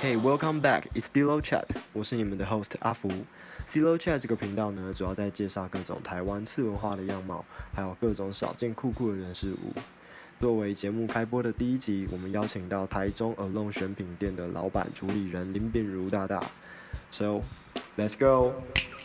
Hey, welcome back. It's Stilo Chat. 我是你们的 host 阿福。Stilo Chat 这个频道呢，主要在介绍各种台湾次文化的样貌，还有各种少见酷的人事物。作为节目开播的第一集，我们邀请到台中 Alone 选品店的老板主理人林秉如大大。So, let's go.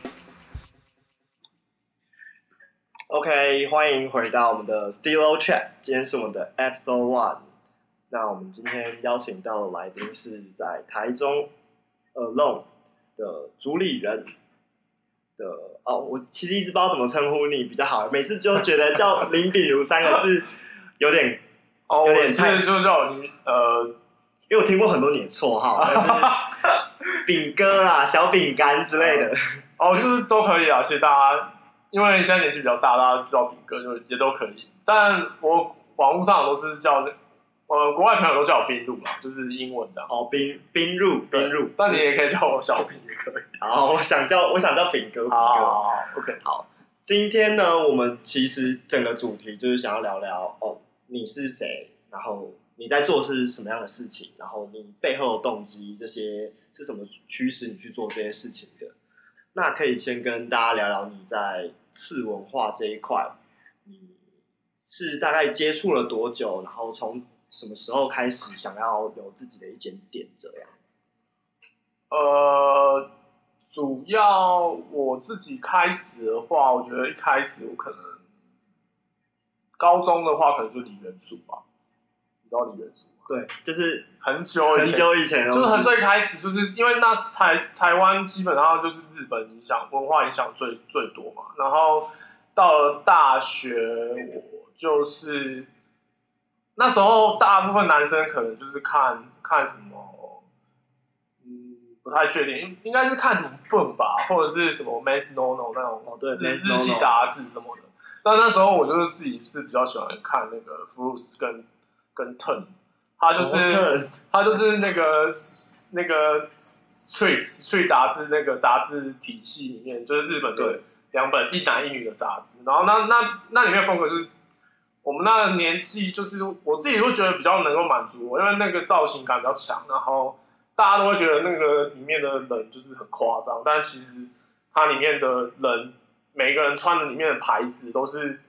OK， 欢迎回到我们的 Stilo Chat。今天是我们的 Episode One。那我们今天邀请到的来宾是在台中 Alone 的主理人的我其实一直不知道怎么称呼你比较好，每次就觉得叫林秉如三个字有点太就叫你因为我听过很多你的绰号，饼哥啦、小饼干之类的。 就是都可以啊。其实大家因为现在年纪比较大，大家叫饼哥就也都可以。但我网络上都是叫国外朋友都叫我冰露啦，就是英文的。 冰露。 但你也可以叫我小饼，也可以。 好，我想叫饼哥。 好 ，OK。 好，今天呢，我们其实整个主题就是想要聊聊你是谁，然后你在做是什么样的事情，然后你背后的动机，这些是什么驱使你去做这些事情的。那可以先跟大家聊聊你在次文化这一块，你是大概接触了多久，然后从什么时候开始想要有自己的一间店这样？ 主要我自己开始的话，我觉得一开始我可能高中的话，可能就梨元素吧。你知道梨元素吗？ 对，就是很久以前，就是很最开始，就是因为那台湾基本上就是日本影响、文化影响最多嘛。然后到了大学，我就是那时候大部分男生可能就是看什么，不太确定，应该是看什么 Boom 吧，或者是什么 Men's No 那种日系杂志什么的。但那时候我就是自己是比较喜欢看那个 Fruits 跟 Turn， 他就是那个 Street 杂志那个杂志体系里面，就是日本的两本一男一女的杂志。然后那里面风格就是我们那个年纪，就是我自己会觉得比较能够满足我，因为那个造型感比较强，然后大家都会觉得那个里面的人就是很夸张，但其实它里面的人每一个人穿的里面的牌子都是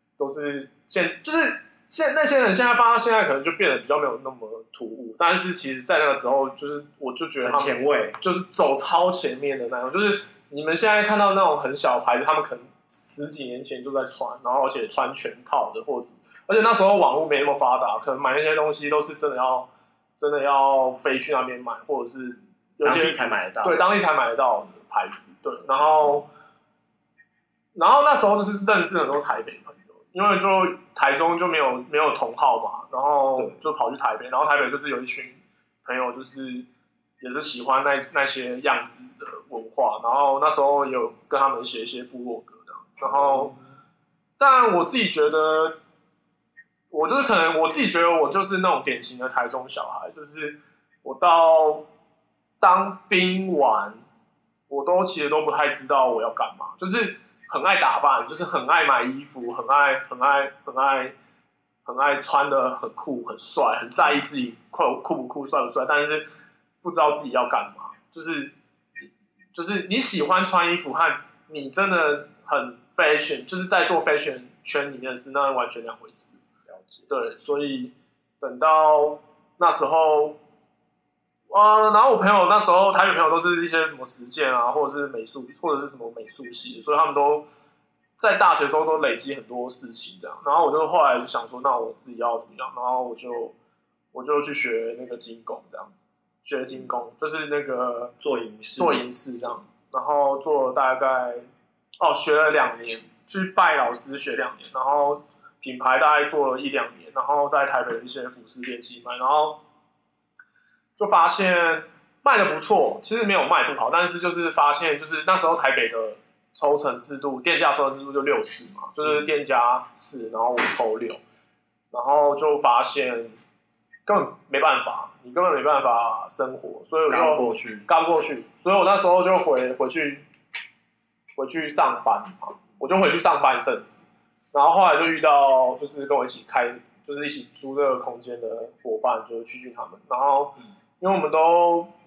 那些人现在放到现在可能就变得比较没有那么突兀，但是其实在那个时候就是我就觉得他们前卫， 就是走超前面的那种，就是你们现在看到那种很小的牌子，他们可能10几年前就在穿，然后而且穿全套的，或者而且那时候网络没那么发达，可能买那些东西都是真的要飞去那边买，或者是有些当地才买得到， 对，当地才买得到的牌子，对，然后那时候就是认识很多台北朋友，因为就台中就没有同好嘛，然后就跑去台北，然后台北就是有一群朋友，就是也是喜欢那些样子的文化，然后那时候也有跟他们写一些部落格这样，然后但我自己觉得，我就是可能我自己觉得我就是那种典型的台中小孩，就是我到当兵完，我其实都不太知道我要干嘛，就是很爱打扮，就是很爱买衣服，很爱穿的很酷很帅，很在意自己酷不酷帅不帅，但是不知道自己要干嘛，就是你喜欢穿衣服和你真的很 fashion， 就是在做 fashion 圈里面的事，那完全两回事。对，所以等到那时候，然后我朋友那时候台北朋友都是一些什么实践啊，或者是美术，或者是什么美术系，所以他们都在大学的时候都累积很多事情这样。然后我就后来就想说，那我自己要怎么样？然后我就去学那个精工这样，学精工就是那个做银饰这样。然后做了大概学了2年，去拜老师学2年，然后品牌大概做了1-2年，然后在台北的一些服饰店寄卖，然后就发现卖的不错，其实没有卖不好，但是就是发现就是那时候台北的抽成制度，店家抽成制度就6-4嘛，就是店家4，然后我抽6，然后就发现根本没办法，你根本没办法生活，所以我就刚过去，所以我那时候就回去上班嘛，我就回去上班一阵子，然后后来就遇到就是跟我一起租这个空间的伙伴，就是曲俊他们，然后因为我们都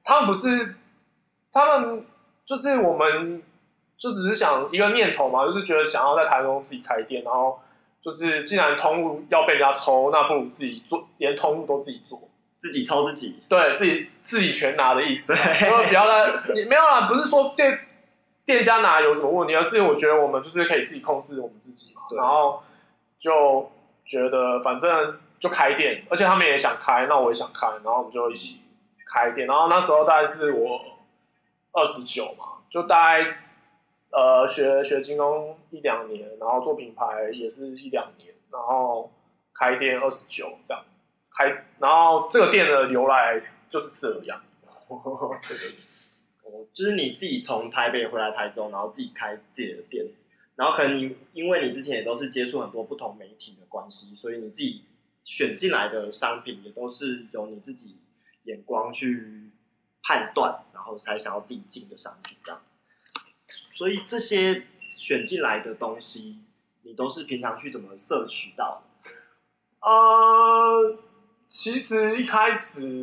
他们不是，他们就是我们就只是想一个念头嘛，就是觉得想要在台中自己开店，然后就是既然通路要被人家抽，那不如自己做，连通路都自己做， 自己抽自己， 对自己全拿的意思，就不要没有啦，不是说店家拿有什么问题，而是我觉得我们就是可以自己控制我们自己嘛，然后就觉得反正就开店，而且他们也想开，那我也想开，然后我们就一起开店，然后那时候大概是我29嘛，就大概学金融1-2年，然后做品牌也是1-2年，然后开店29这样开，然后这个店的由来就是这样。对对对。 就是你自己从台北回来台中，然后自己开自己的店，然后可能因为你之前也都是接触很多不同媒体的关系，所以你自己选进来的商品也都是由你自己眼光去判断，然后才想要自己进的商品这样。所以这些选进来的东西，你都是平常去怎么摄取到的？ 其实一开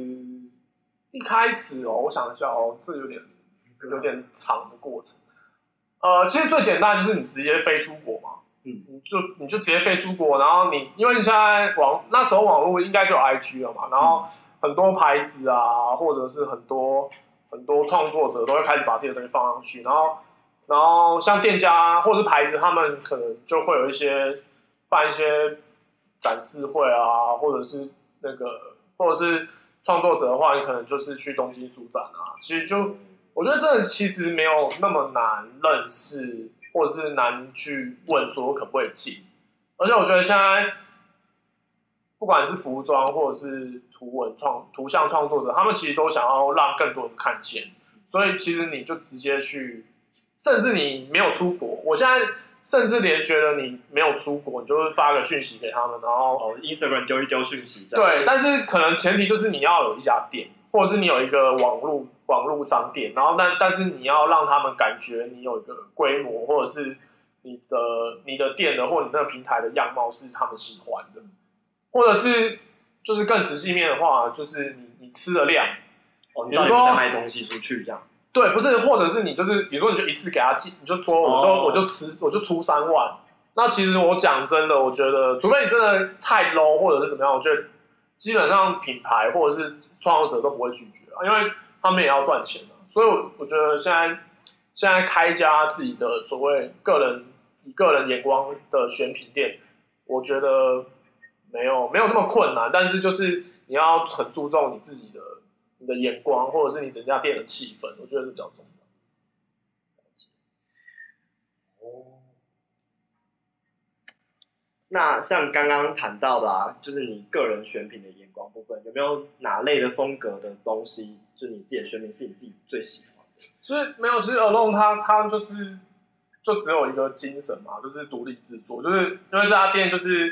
始哦，我想一下哦，这有点长的过程。其实最简单就是你直接飞出国嘛，你就直接飞出国，然后因为你现在那时候网络应该就有 IG 了嘛，然后很多牌子啊，或者是很多创作者都会开始把这些东西放上去，然后像店家或者是牌子，他们可能就会有办一些展示会啊，或者是或者是创作者的话，你可能就是去东京书展啊。其实我觉得这其实没有那么难认识，或者是难去问说可不可以进。而且我觉得现在不管是服装或者是图像创作者，他们其实都想要让更多人看见。所以其实你就直接去，甚至你没有出国，我现在甚至连觉得你没有出国，你就是发个讯息给他们，然后 Instagram 丢一丢讯息这样。 对，但是可能前提就是你要有一家店，或者是你有一个网络商店，然后但是你要让他们感觉你有一个规模，或者是你的店的或你那个平台的样貌是他们喜欢的，或者是就是更实际面的话，就是你吃的量， 你到底在卖东西出去这样。 对，不是，或者是你就是，比如说你就一次给他寄，你就说我就出3万。那其实我讲真的，我觉得除非你真的太 low 或者是怎么样，我觉得基本上品牌或者是创作者都不会拒绝啊，因为他们也要赚钱啊。所以我觉得现在开一家自己的所谓以个人眼光的选品店，我觉得没有这么困难，但是就是你要很注重你自己的。你的眼光，或者是你整家店的气氛，我觉得是比较重要。那像刚刚谈到的啊，就是你个人选品的眼光部分，有没有哪类的风格的东西，就是你自己的选品是你自己最喜欢的？ 其实没有，其实Alone它就只有一个精神嘛，就是独立制作，就是因为这家店就是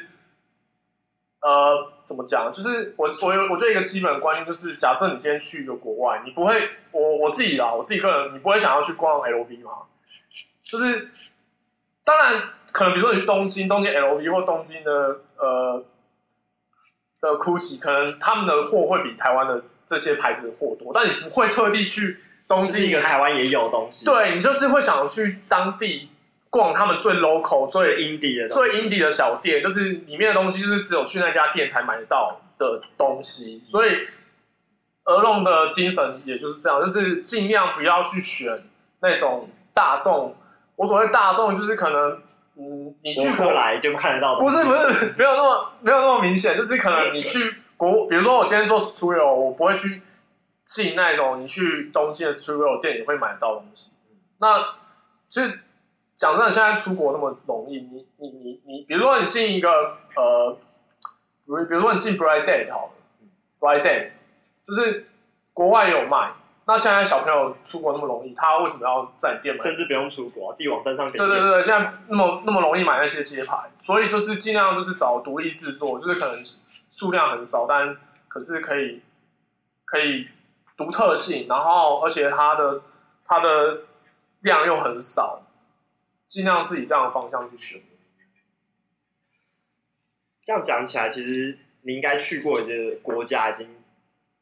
怎么讲？就是我觉得一个基本观念就是，假设你今天去一个国外，你不会，我自己个人，你不会想要去逛 LV 吗？就是当然可能比如说你去东京 LV 或东京的GUCCI， 可能他们的货会比台湾的这些牌子的货多，但你不会特地去东京一个台湾也有东西， 对，你就是会想去当地。逛他们最 local 最 indie 的小店，就是里面的东西就是只有去那家店才买得到的东西，所以Alone的精神也就是这样，就是尽量不要去选那种大众。我所谓大众就是可能你去过来就看得到， 不是没有那么明显，就是可能你去比如说我今天做 Studio， 我不会去进那种你去东京的 Studio 店也会买得到的东西，那其实。讲真的，现在出国那么容易，你，比如说你进一个比如说你进 Bright Day 好了 ，Bright Day 就是国外也有卖。那现在小朋友出国那么容易，他为什么要在你店买？ 甚至不用出国，自己网站上点。 对，现在那么容易买那些街牌，所以就是尽量就是找独立制作，就是可能数量很少，但可是可以独特性，然后而且它的量又很少。尽量是以这样的方向去选。 这样讲起来，其实你应该去过的国家已经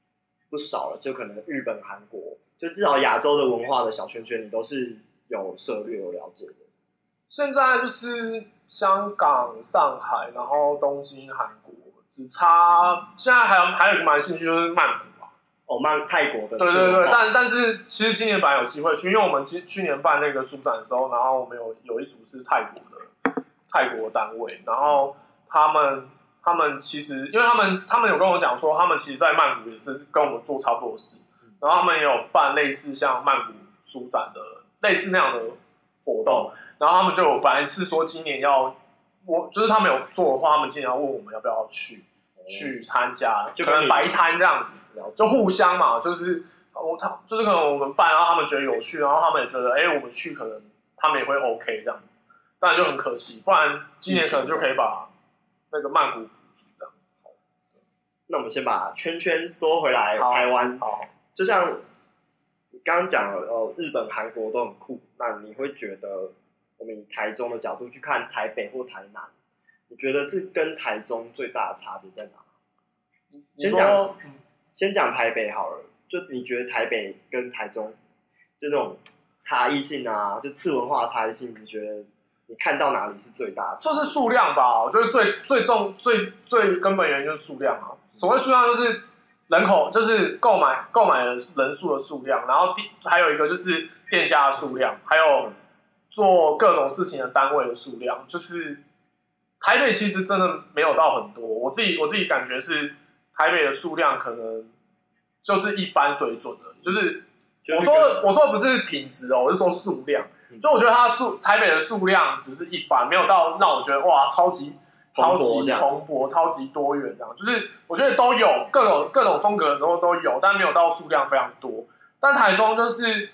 不少了，就可能日本、韩国，就至少亚洲的文化的小圈圈，你都是有涉猎、有了解的。 现在就是香港、上海，然后东京、韩国，只差现在还有一个蛮兴趣就是曼谷吧。 哦，泰国的。 对对对，但是其实今年本来有机会去，因为我们去年办那个书展的时候，然后我们有一组是泰国单位，然后他们其实因为他们有跟我讲说，他们其实在曼谷也是跟我们做差不多的事，然后他们也有办类似像曼谷书展的类似那样的活动，然后他们就本来是说今年就是他们有做的话，他们今年要问我们要不要去参加，就可能摆摊这样子，就互相嘛，就是就是可能我们办，然后他们觉得有趣，然后他们也觉得我们去可能他们也会 OK 这样子，当然就很可惜，不然今年可能就可以把那个曼谷补足这样。 那我们先把圈圈缩回来台湾， 好， 就像你刚刚讲了日本、韩国都很酷，那你会觉得我们以台中的角度去看台北或台南，你觉得这跟台中最大的差别在哪？先讲台北好了，就你觉得台北跟台中就那种差异性啊，就次文化的差异性，你觉得你看到哪里是最大的？ 就是数量吧，我觉得最根本原因就是数量啊。所谓数量就是人口，就是购买的人数的数量，然后还有一个就是店家的数量，还有做各种事情的单位的数量。就是台北其实真的没有到很多，我自己感觉是台北的数量可能就是一般水准的，就是我说的不是品质哦，我是说数量。就我觉得台北的数量只是一般，没有到让我觉得哇超级蓬勃、超级多元这样。就是我觉得都有各种风格的都有，但没有到数量非常多。但台中就是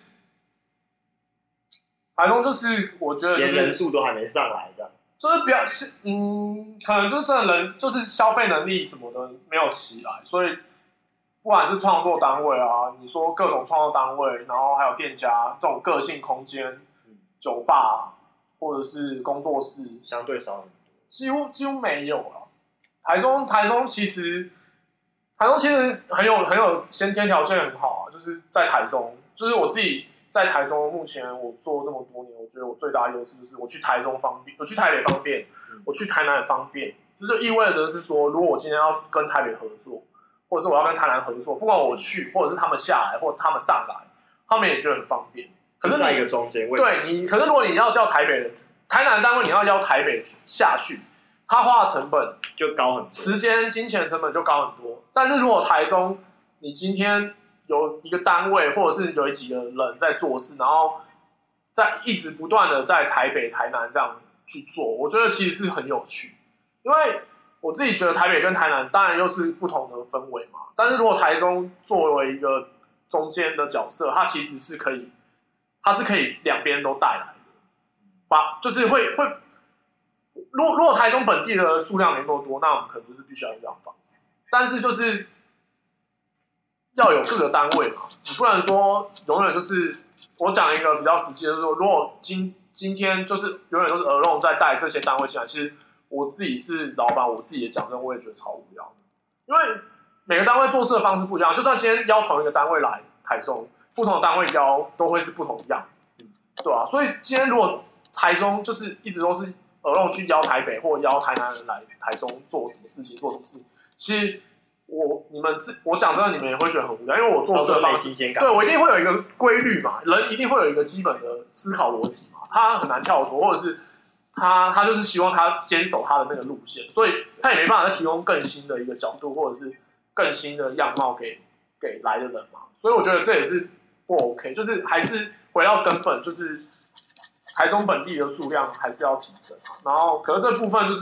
我觉得连人数都还没上来这样。 就是可能就是真的人就是消费能力什么的没有起来，所以不管是创作单位啊，你说各种创作单位，然后还有店家这种个性空间。酒吧或者是工作室相对少很多， 几乎没有了。台中其实很有先天条件很好啊，就是在台中，就是我自己在台中，目前我做这么多年，我觉得我最大的优势就是我去台中方便，我去台北方便，我去台南也方便。这就意味着是说，如果我今天要跟台北合作，或者是我要跟台南合作，不管我去，或者是他们下来，或者他们上来，他们也觉得很方便。可是在一个中间位置， 对可是如果你要叫台南单位，你要邀台北下去，他花的成本就高很多， 时间、金钱成本就高很多。但是如果台中，你今天有一个单位，或者是有几个人在做事，然后在一直不断的在台北、台南这样去做，我觉得其实是很有趣。因为我自己觉得台北跟台南当然又是不同的氛围嘛，但是如果台中作为一个中间的角色，它其实是可以两边都带来的，就是会，如果台中本地的数量没那么多，那我们可能就是必须要用这样的方式。但是就是要有各个单位嘛，你不能说永远就是我讲一个比较实际的，就是说，如果今天就是永远都是鹅肉在带这些单位进来，其实我自己是老板，我自己也讲真，我也觉得超无聊的，因为每个单位做事的方式不一样，就算今天邀同一个单位来台中。不同的单位邀都会是不同的样子，对啊，所以今天如果台中就是一直都是鹅肉去邀台北或邀台南人来台中做什么事情，做什么事，其实我讲真的，你们也会觉得很无聊，因为我做事的方式，对我一定会有一个规律嘛，人一定会有一个基本的思考逻辑嘛，他很难跳脱，或者是他就是希望他坚守他的那个路线，所以他也没办法再提供更新的一个角度，或者是更新的样貌给来的人嘛，所以我觉得这也是。不 OK， 就是还是回到根本，就是台中本地的数量还是要提升，然后可是这部分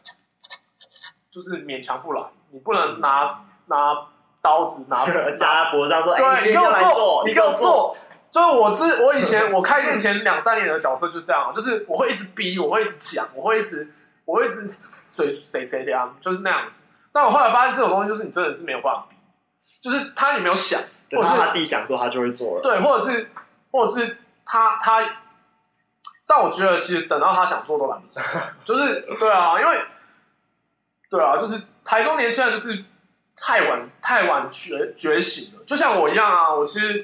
就是勉强不来，你不能拿刀子拿夹在脖子上说， 对，你给我做，就是我以前我开店前2-3年的角色就是这样，就是我会一直逼，我会一直讲，我会一直谁的样，就是那样子。但我后来发现这种东西就是你真的是没有办法逼，就是他也没有想。 等到他自己想做，他就会做了。 对，或者是他，但我觉得其实等到他想做都来不及，就是对啊，因为对啊，就是台中年轻人就是太晚觉醒了，就像我一样啊，我其实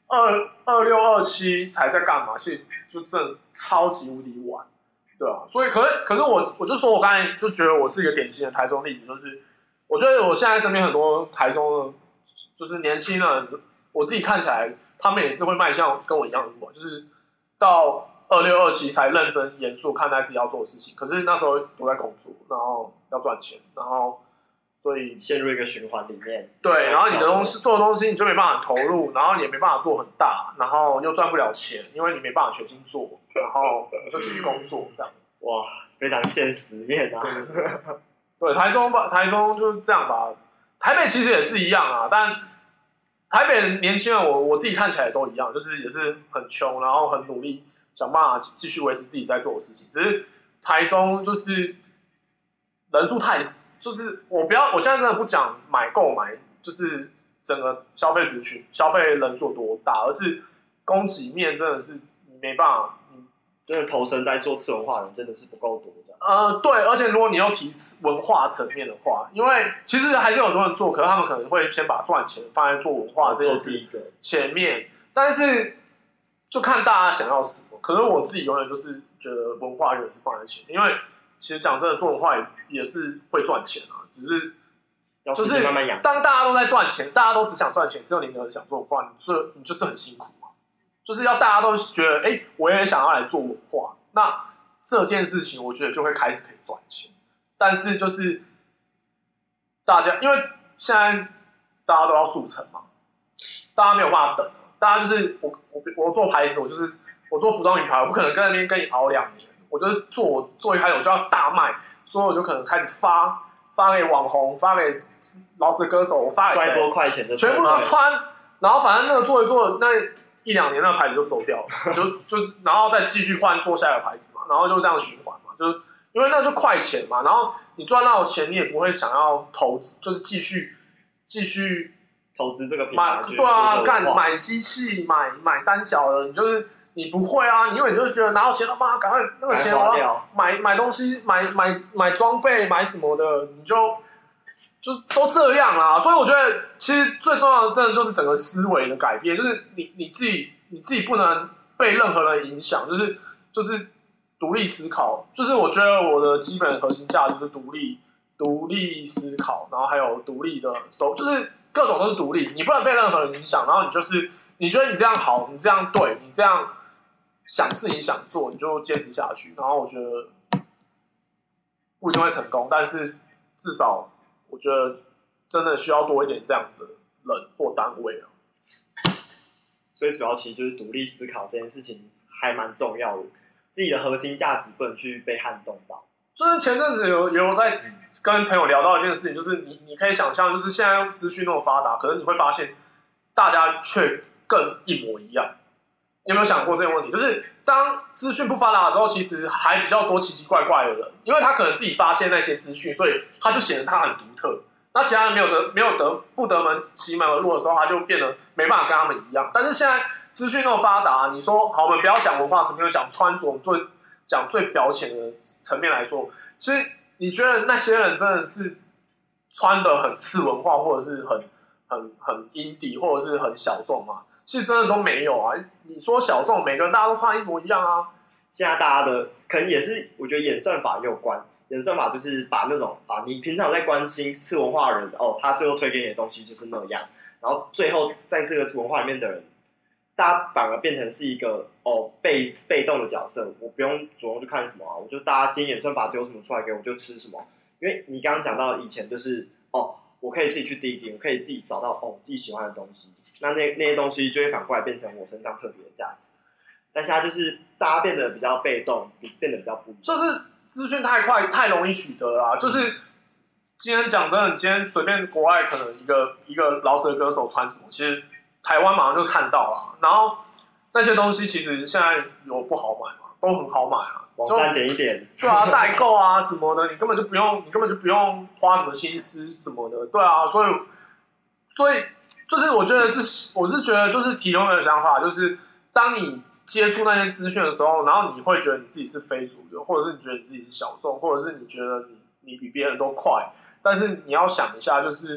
26、27才在干嘛，其实就真的超级无敌晚，对啊，所以可是我就说我刚才就觉得我是一个典型的台中例子，就是我觉得我现在身边很多台中的就是年轻人，我自己看起来他们也是会迈向跟我一样的路，就是到26、27才认真严肃看待自己要做的事情，可是那时候都在工作，然后要赚钱，然后所以陷入一个循环里面。 对，然后你的东西做的东西你就没办法投入，然后你也没办法做很大，然后又赚不了钱，因为你没办法全心做，然后你就继续工作这样。 哇，非常现实面啊。 对，台中就是这样吧。台北其实也是一样啊，但台北的年轻人我自己看起来都一样，就是也是很穷，然后很努力想办法继续维持自己在做的事情。只是台中就是人数太死，就是我现在真的不讲购买，就是整个消费族群消费人数有多大，而是供给面真的是你没办法， 真的投身在做次文化的人真的是不够多的。 对，而且如果你要提文化层面的话，因为其实还是有很多人做，可是他们可能会先把赚钱放在做文化这件事前面，但是就看大家想要什么。可是我自己永远就是觉得文化永远是放在前面，因为其实讲真的，做文化也是会赚钱啊，只是就是慢慢养。 当大家都在赚钱，大家都只想赚钱，只有你一个人想做文化，你就是很辛苦嘛。就是要大家都觉得，我也想要来做文化，那这件事情我觉得就会开始可以赚钱。但是就是大家，因为现在大家都要速成嘛，大家没有办法等，大家就是我做牌子，我做服装品牌，我不可能跟那边跟你熬2年，我就是做一开始我就要大卖，所以我就可能开始发给网红，发给老死的歌手，我发给谁， 赚一波快钱的， 全部都穿，然后反正那个做一做，那1-2年那个牌子就收掉了，就是然后再继续换做下一个牌子嘛，然后就这样循环嘛，就是因为那就快钱嘛，然后你赚到的钱你也不会想要投资，就是继续投资这个品牌， 对啊，买机器买三小的，你不会啊，因为你就觉得拿到钱了嘛，赶快那个钱我要买东西买装备买什么的，你就都这样啦。所以我觉得其实最重要的真的就是整个思维的改变，就是你自己不能被任何人影响，就是独立思考，就是我觉得我的基本核心价值就是独立思考，然后还有独立的就是各种都是独立，你不能被任何人影响，然后你觉得你这样好，你这样对，你这样想事情想做，你就坚持下去。然后我觉得不一定会成功，但是至少我觉得真的需要多一点这样的人或单位啊。 所以主要其实就是独立思考这件事情还蛮重要的，自己的核心价值不能去被撼动到。 就是前阵子有在跟朋友聊到一件事情，就是你可以想象，就是现在资讯那么发达，可是你会发现大家却更一模一样。你有没有想过这个问题？就是当资讯不发达的时候，其实还比较多奇奇怪怪的人，因为他可能自己发现那些资讯，所以他就显得他很独特。那其他人不得门其门而入的时候，他就变得没办法跟他们一样。但是现在资讯那么发达，你说好，我们不要讲文化层面，讲穿着，我们讲最表浅的层面来说，其实你觉得那些人真的是穿得很次文化，或者是很indie，或者是很小众吗？其实真的都没有啊！你说小众，每个人大家都穿一模一样啊。 现在大家的可能也是，我觉得演算法也有关。演算法就是把那种你平常在关心次文化的人他最后推给你的东西就是那样，然后最后在这个文化里面的人，大家反而变成是一个被动的角色，我不用主动去看什么我就大家今天演算法丢什么出来给我就吃什么。因为你刚刚讲到以前就是我可以自己去滴滴，我可以自己找到自己喜欢的东西，那些东西就会反过来变成我身上特别的价值。但现在就是大家变得比较被动，变得比较不一样， 就是资讯太快，太容易取得啦。就是今天讲真的，今天随便国外可能一个饶舌歌手穿什么，其实台湾马上就看到了。然后那些东西其实现在有不好买嘛，都很好买啊， 网站点一点， 对啊，代购啊什么的，你根本就不用花什么心思什么的，对啊，所以就是我是觉得就是提供的想法，就是当你接触那些资讯的时候，然后你会觉得你自己是非主流，或者是你觉得你自己是小众，或者是你觉得你比别人都快，但是你要想一下，就是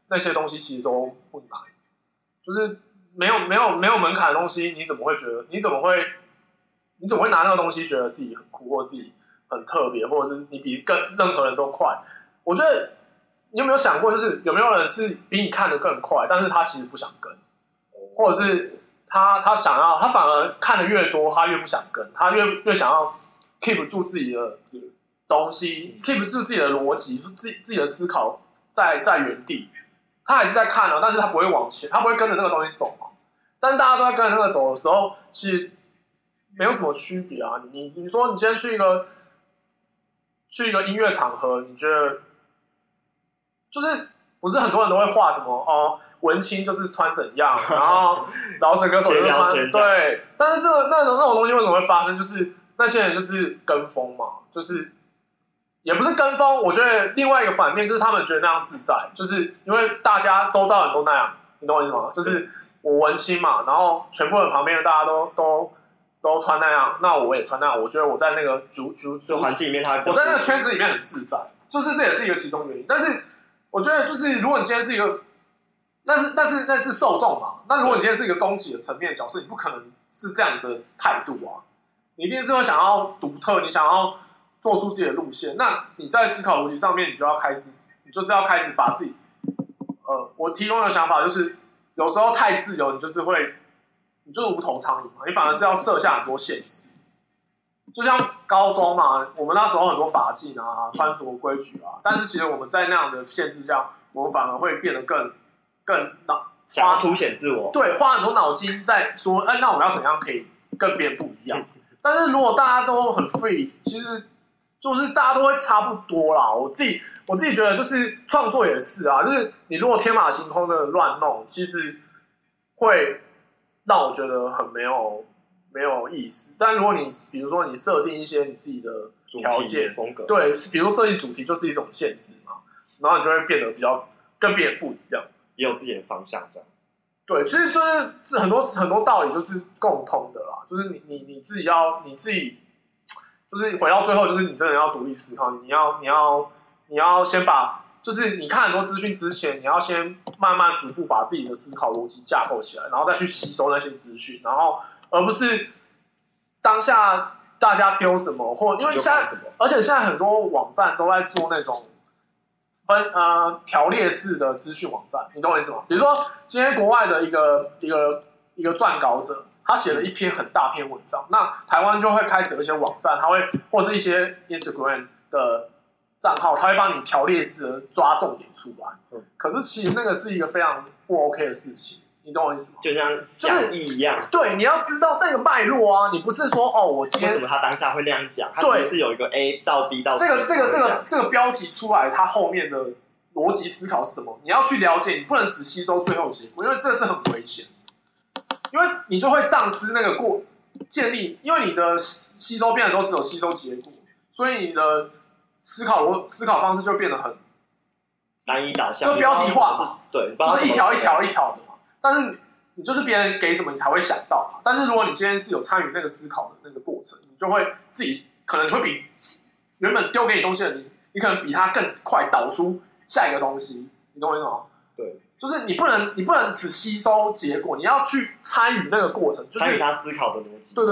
那些东西其实都不难，就是没有门槛的东西，你怎么会觉得？你怎么会拿那个东西觉得自己很酷，或者自己很特别，或者是你比任何人都快？我觉得你有没有想过，就是有没有人是比你看得更快，但是他其实不想跟，或者是他反而看得越多，他越不想跟，他越想要 keep 住自己的东西，keep 住自己的逻辑，自己的思考在原地。他还是在看啊，但是他不会往前，他不会跟着那个东西走嘛。但是大家都在跟着那个走的时候，其实没有什么区别啊。你说你今天去一个音乐场合，你觉得就是不是很多人都会画什么哦，文青就是穿怎样，然后饶舌歌手就是穿对，但是那种东西为什么会发生？就是那些人就是跟风嘛，就是也不是跟风。我觉得另外一个反面就是他们觉得那样自在，就是因为大家周遭人都那样，你懂我意思吗？就是我文青嘛，然后全部人旁边的大家都穿那样，那我也穿那样。我觉得我在那个环境里面，我在那个圈子里面很自在，就是这也是一个其中原因。但是我觉得就是如果你今天是一个，那是受众嘛。那如果你今天是一个供给的层面的角色，你不可能是这样的态度啊，你一定是会想要独特，你想要做出自己的路线。那你在思考逻辑上面，你就是要开始把自己，我提供的想法就是，有时候太自由，你就是无头苍蝇嘛，你反而是要设下很多限制。就像高中嘛，我们那时候很多法禁啊、穿着规矩啊，但是其实我们在那样的限制下，我们反而会变得更想要凸显自我， 对，花很多脑筋在说，那我们要怎样可以跟别人不一样？但是如果大家都很 free， 其实就是大家都会差不多啦。我自己觉得，就是创作也是啊，就是你如果天马行空的乱弄，其实会让我觉得很没有意思。但如果你比如说你设定一些你自己的条件风格， 对，比如设计主题就是一种限制嘛，然后你就会变得比较跟别人不一样， 也有自己的方向这样。 对，其实就是很多道理就是共通的啦，就是你自己就是回到最后，就是你真的要独立思考，你要先把，就是你看很多资讯之前，你要先慢慢逐步把自己的思考逻辑架构起来，然后再去吸收那些资讯，然后而不是当下大家丢什么，或因为而且现在很多网站都在做那种条列式的资讯网站，你懂我意思吗？比如说今天国外的一个撰稿者，他写了一篇很大篇文章，那台湾就会开始有一些网站，他会或是一些 Instagram 的账号，他会帮你条列式的抓重点出来。可是其实那个是一个非常不 OK 的事情，你懂我意思吗？ 就像讲义一样， 对，你要知道那个脉络啊，你不是说哦，我今天为什么他当下会那样讲？他其实是有一个 A 到 B 到 C 这个标题出来，它后面的逻辑思考是什么？你要去了解，你不能只吸收最后结果，因为这是很危险。因为你就会丧失那个建立，因为你的吸收变得都只有吸收结果，所以你的思考方式就变得很单一导向， 就标题化嘛， 对， 就是一条一条的嘛。但是你就是别人给什么你才会想到嘛。但是如果你今天是有参与那个思考的那个过程，你就会自己可能你会比原本丢给你东西的你可能比他更快导出下一个东西，你懂我意思吗？ 对。 就是你不能只吸收结果，你要去参与那个过程，就是参与他思考的逻辑。 对。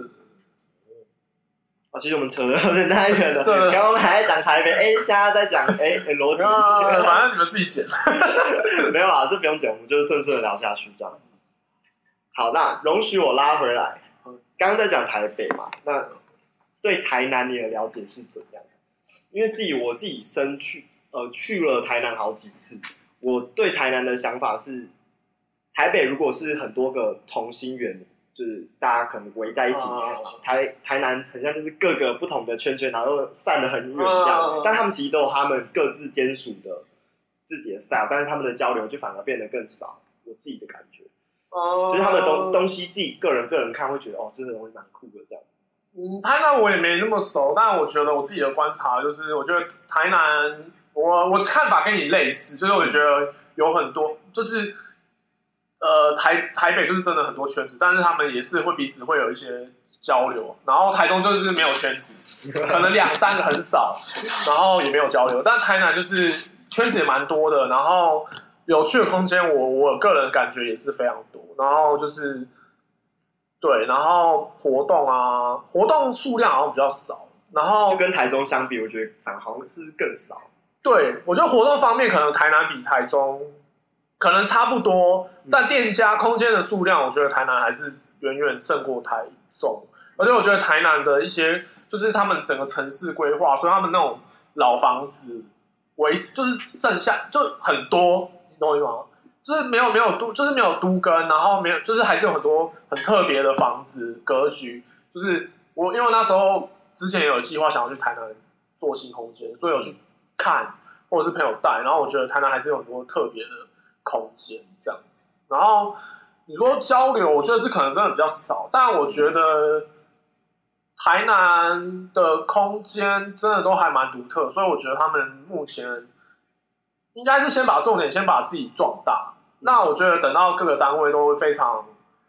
其实我们扯得有点太远了。对。刚刚还在讲台北，现在在讲逻辑。 反正你们自己剪。 没有啦，这不用剪，我们就是顺的聊下去这样。好，那容许我拉回来。刚刚在讲台北嘛，那对台南你的了解是怎样？因为我自己去了台南好几次。我对台南的想法是，台北如果是很多个同心圆，就是大家可能围在一起，台南很像就是各个不同的圈圈，然后散得很远这样。但他们其实都有他们各自兼属的自己的 style， 但是他们的交流就反而变得更少。我自己的感觉，其实他们的东西自己个人看会觉得这个东西蛮酷的这样。 台南我也没那么熟，但我觉得我自己的观察就是，我觉得台南。我看法跟你类似，就是我觉得有很多，就是台北就是真的很多圈子，但是他们也是会彼此会有一些交流，然后台中就是没有圈子，可能2-3个很少，然后也没有交流，但台南就是圈子也蛮多的，然后有趣的空间我个人感觉也是非常多，然后就是对，然后活动数量好像比较少，然后就跟台中相比，我觉得反而好像是更少。 对，我觉得活动方面可能台南比台中可能差不多，但店家空间的数量，我觉得台南还是远远胜过台中。而且我觉得台南的一些就是他们整个城市规划，所以他们那种老房子就是剩下就很多，你懂我意思吗？就是没有就是没有都更，然后没有就是还是有很多很特别的房子格局。就是因为那时候之前有计划想要去台南做新空间，所以有去看，或者是朋友带，然后我觉得台南还是有很多特别的空间这样子。然后你说交流，我觉得是可能真的比较少，但我觉得台南的空间真的都还蛮独特，所以我觉得他们目前应该是先把重点先把自己壮大。那我觉得等到各个单位都会非常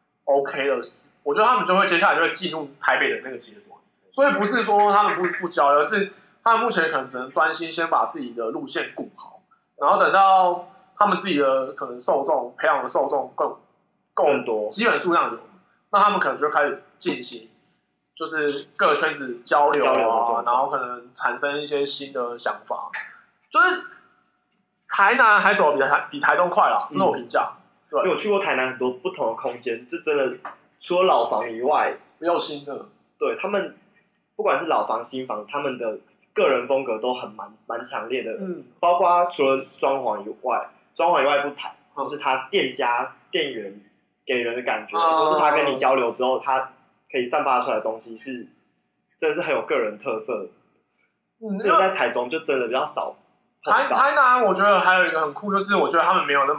OK 的时，我觉得他们就会接下来就会进入台北的那个阶段。所以不是说他们不交流，而是他们目前可能只能专心先把自己的路线顾好，然后等到他们自己的可能受众培养的受众更多， 基本数量有，那他们可能就开始进行就是各个圈子交流啊，然后可能产生一些新的想法。就是台南还走比台中快啦，这是我评价。对， 因为我去过台南很多不同的空间，就真的除了老房以外， 没有新的。 对他们，不管是老房新房，他们的个人风格都蛮强烈的。包括除了装潢以外不谈，就是他店家店员给人的感觉，或是他跟你交流之后，他可以散发出来的东西是真的是很有个人特色的。这个在台中就真的比较少。 台南我觉得还有一个很酷，就是我觉得他们没有那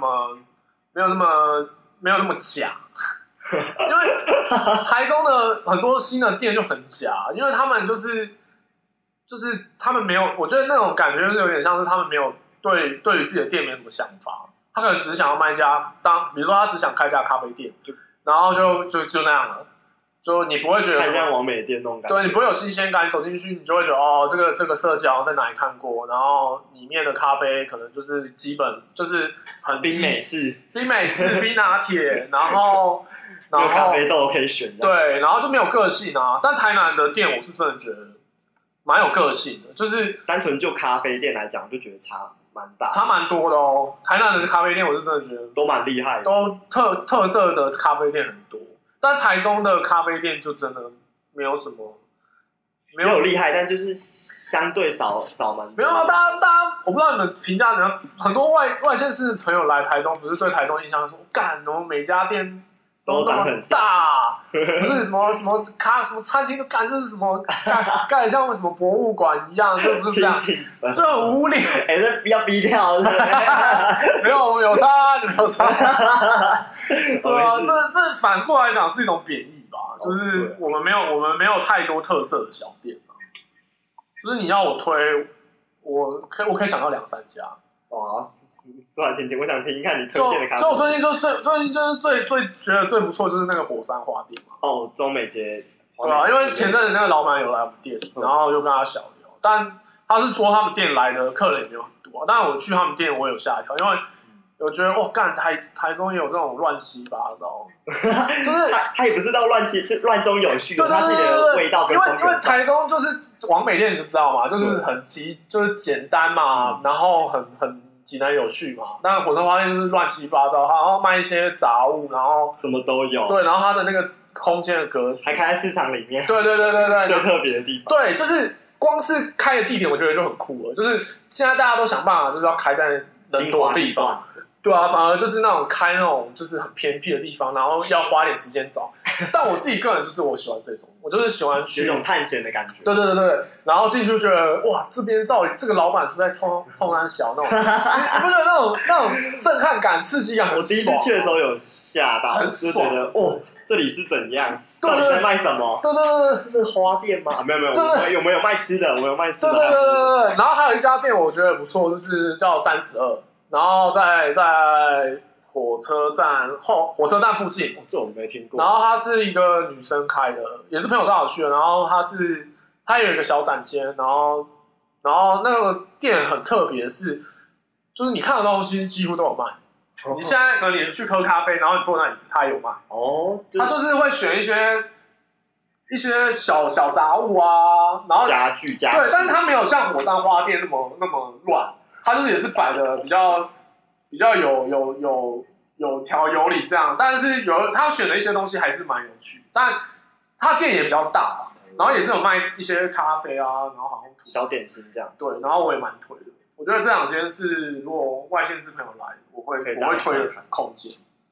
么假，因为台中的很多新的店就很假，因为他们就是他们没有，我觉得那种感觉就是有点像是他们没有对于自己的店没什么想法，他可能只是想要卖一家比如说他只想开一家咖啡店，然后就那样了。就你不会觉得很像网美店那种感觉， 对，你不会有新鲜感。你走进去，你就会觉得哦，这个设计好像在哪里看过，然后里面的咖啡可能就是基本就是很冰美式、 冰拿铁，然后有咖啡豆可以选。 对，然后就没有个性啊。但台南的店我是真的觉得蛮有个性的，就是单纯就咖啡店来讲，就觉得差蛮多的哦。台南的咖啡店我是真的觉得都蛮厉害的， 都特色的咖啡店很多。但台中的咖啡店就真的没有什么， 没有厉害，但就是相对少蛮多。 没有啊，大家，我不知道你们评价怎样。很多外县市的朋友来台中，不是对台中印象说，干，我们每家店都那么大，不是什么餐厅都干，这是什么盖得像什么博物馆一样，这不是这样，就很无聊。 这要逼掉， 没有，我们有差，你们有差。对啊，这反过来讲是一种贬义吧，就是我们没有太多特色的小店啊，就是你要我推，我可以想到2-3家。 哇，说来听听，我想听看你推荐的咖啡。 就我最近就是最觉得最不错就是那个火山花店嘛。 哦，中美街。 对啊，因为前阵子那个老板有来我们店里，然后就跟他小聊，但他是说他们店来的客人也没有很多，但是我去他们店我有吓一跳，因为我觉得哦，干台中也有这种乱七八糟，就是他也不是到乱中有序，有他自己的味道跟风格。 因为台中就是网美店你就知道嘛，就是就是简单嘛，然后很井然有序嘛。但火山花店就是乱七八糟，然后卖一些杂物，然后什么都有。 对，然后它的那个空间的格局还开在市场里面。 对， 最特别的地方。 对，就是光是开的地点，我觉得就很酷了。就是现在大家都想办法，就是要开在人多的地方。对啊，反而就是那种开那种就是很偏僻的地方，然后要花点时间找。但我自己个人就是我喜欢这种，我就是喜欢去有种探险的感觉。 对，然后进去就觉得哇，这边到底这个老板是在冲他小那种，你不觉得那种震撼感、刺激感很爽？ 我第一次去的时候有吓到，就觉得哦，这里是怎样？到底在卖什么？ 对， 是花店吗？没有，我们有卖吃的，我们有卖吃的。 对，然后还有一家店我觉得不错，就是叫32。然后在火车站附近， 这我没听过。 然后她是一个女生开的，也是朋友带我去的。然后她有一个小展间，然后那个店很特别，就是你看的东西几乎都有卖， 你现在可能你去喝咖啡，然后你坐那里，他有卖。 哦， 他就是会选一些小杂物啊，然后家具对，但是他没有像火山花店那么乱，他就是也是摆的比较有条有理这样，但是他选的一些东西还是蛮有趣，但他店也比较大啦，然后也是有卖一些咖啡啊，然后好像小点心这样。 对，然后我也蛮推的。我觉得这两间是如果外县市朋友来，我会推的空间。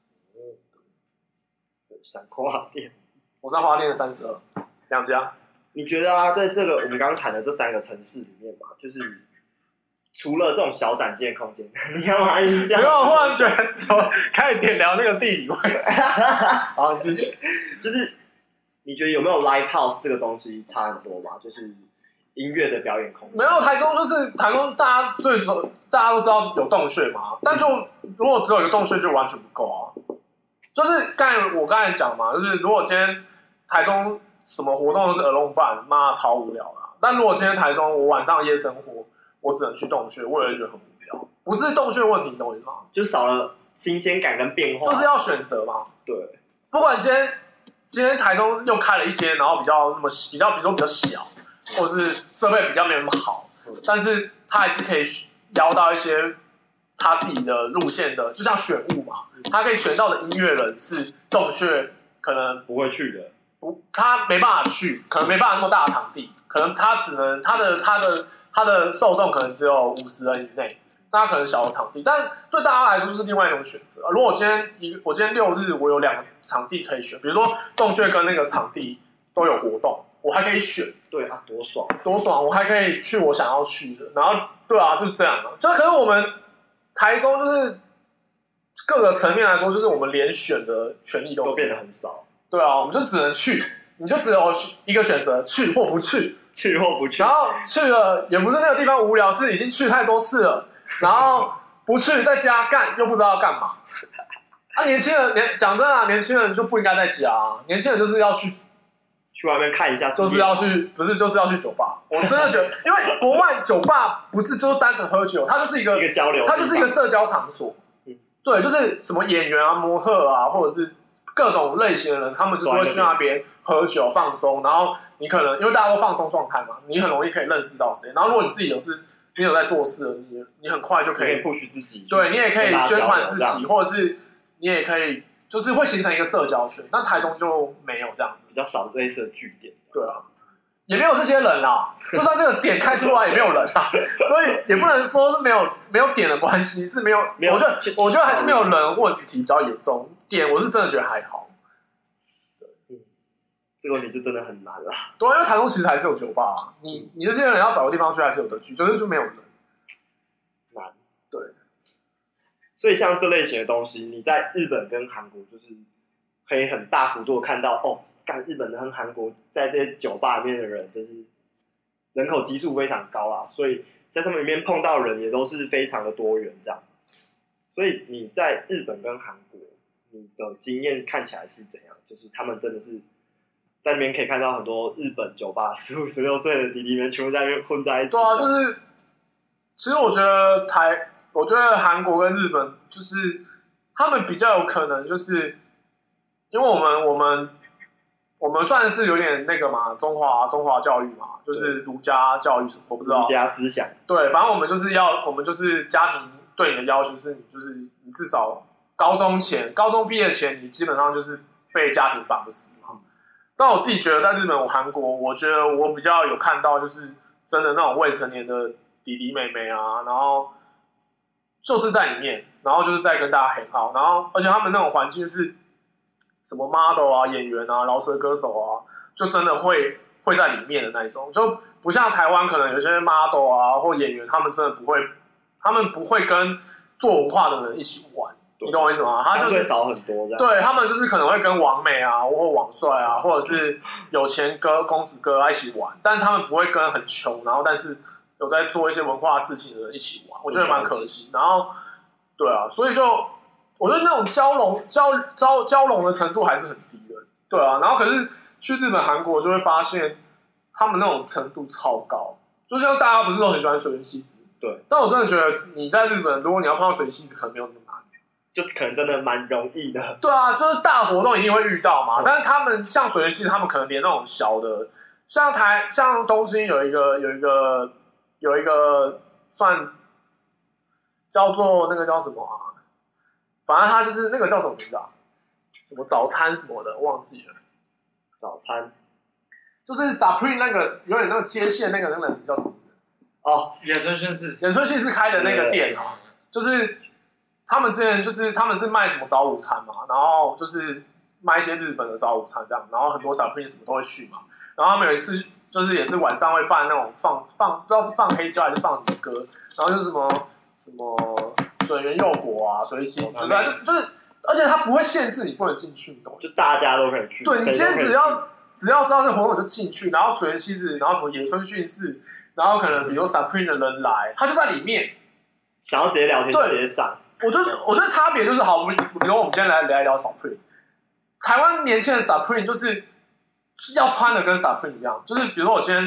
闪花店， 火山花店的32，两家。 你觉得啊，在这个我们刚刚谈的这3个城市里面吧，就是除了这种小展件空间，你要吗？印象？ 没有，我忽然觉得怎么开始点聊那个地理位置。好，继续。 就是你觉得有没有 live house 这个东西差很多吗？就是音乐的表演空间。 没有，台中大家都知道有洞穴嘛，但就如果只有一个洞穴就完全不够啊。就是我刚才讲嘛，就是如果今天台中什么活动都是耳聋办，妈超无聊啦。但如果今天台中我晚上夜生活，我只能去洞穴，我也觉得很无聊。不是洞穴问题，你懂我意思吗？ 就少了新鲜感跟变化。 就是要选择嘛。 对。 不管今天台中又开了一间，然后比如说比较小，或者是设备比较没有那么好，但是他还是可以邀到一些他自己的路线的，就像选物嘛，他可以选到的音乐人是洞穴可能不会去的， 他没办法去，可能没办法那么大的场地，可能他只能他的受众可能只有50人以内，那他可能小的场地，但对大家来说就是另外一种选择。如果我今天6日我有2个场地可以选，比如说洞穴跟那个场地都有活动，我还可以选。 对啊，多爽， 多爽！我还可以去我想要去的，然后对啊，就是这样啊。就可是我们台中就是各个层面来说，就是我们连选的权利都变得很少。 对啊，我们就只能去，你就只有一个选择，去或不去， 去或不去。 然后去了也不是那个地方无聊，是已经去太多次了，然后不去在家干又不知道要干嘛。啊，年轻人讲真的，年轻人就不应该在家啊，年轻人就是要去外面看一下， 就是要去，不是就是要去酒吧。我真的觉得，因为国外酒吧不是就是单纯喝酒，它就是一个交流， 它就是一个社交场所。对，就是什么演员啊、模特啊，或者是各种类型的人，他们就是会去那边喝酒放松。然后你可能因为大家都放松状态嘛，你很容易可以认识到谁。然后如果你自己你有在做事，你很快就可以 push 自己， 对你也可以宣传自己，或者是你也可以就是会形成一个社交圈。那台中就没有这样。 比较少类似的据点， 对啊，也没有这些人啦。就算这个点开出来也没有人啊，所以也不能说是没有点的关系，是没有。我觉得还是没有人问题比较严重，点我是真的觉得还好。 这个问题就真的很难啦。 对，因为台中其实还是有酒吧啊，你这些人要找个地方去还是有得去，就是就没有人。 难。 对。 所以像这类型的东西，你在日本跟韩国就是。可以很大幅度的看到日本和韩国在这些酒吧里面的人，就是人口基数非常高啦，所以在他们里面碰到的人也都是非常的多元这样。所以你在日本跟韩国，你的经验看起来是怎样？就是他们真的是在那边可以看到很多日本酒吧15、16岁的弟弟们全部在那边混在一起。 对啊，就是其实我觉得韩国跟日本就是他们比较有可能就是。因为我们算是有点那个嘛，中华教育嘛，就是儒家教育什么，我不知道。 儒家思想。对， 反正我们就是家庭对你的要求是，你至少高中毕业前，你基本上就是被家庭绑死嘛。但我自己觉得，在日本、韩国，我觉得我比较有看到，就是真的那种未成年的弟弟妹妹啊，然后就是在里面，然后就是在跟大家很好，然后而且他们那种环境是。什么 model 啊、演员啊、饶舌歌手啊，就真的会在里面的那一种，就不像台湾可能有些 model 啊或演员，他们真的不会跟做文化的人一起玩，你懂我意思吗？他就是少很多这样。 对他们就是可能会跟网美啊或网帅啊，或者是有钱公子哥一起玩，但他们不会跟很穷，然后但是有在做一些文化事情的人一起玩，我觉得蛮可惜。然后对啊，所以就。我觉得那种交融的程度还是很低的，对啊。然后可是去日本、韩国就会发现，他们那种程度超高。就像大家不是都很喜欢水原希子， 对。 但我真的觉得你在日本，如果你要碰到水原希子，可能没有那么难。 就可能真的蛮容易的。 对啊，就是大活动一定会遇到嘛。但是他们像水原希子，他们可能连那种小的，像东京有一个算叫做那个叫什么啊？反正他就是那个叫什么名字啊？什么早餐什么的，忘记了。 早餐就是 Supreme 那个有点那个接线那个人叫什么？ 哦， 野村宣誓， 演春系是开的那个店啊，就是他们之前就是他们是卖什么早午餐嘛，然后就是卖一些日本的早午餐这样，然后很多 Supreme 什么都会去嘛，然后他们有一次就是也是晚上会办那种放不知道是放黑胶还是放什么歌，然后就是什么水源佑果啊、水西就是而且他不会限制你不能进去，你懂吗？ 就大家都可以去。 对，你今天只要知道这个活动就进去，然后水原希子，然后什么野村训士，然后可能比如 Supreme 的人来，他就在里面， 想要直接聊天就直接上。 我觉得差别就是好，比如我们今天来聊 Supreme， 台湾年轻人 Supreme 就是要穿的跟 Supreme 一样，就是比如说我今天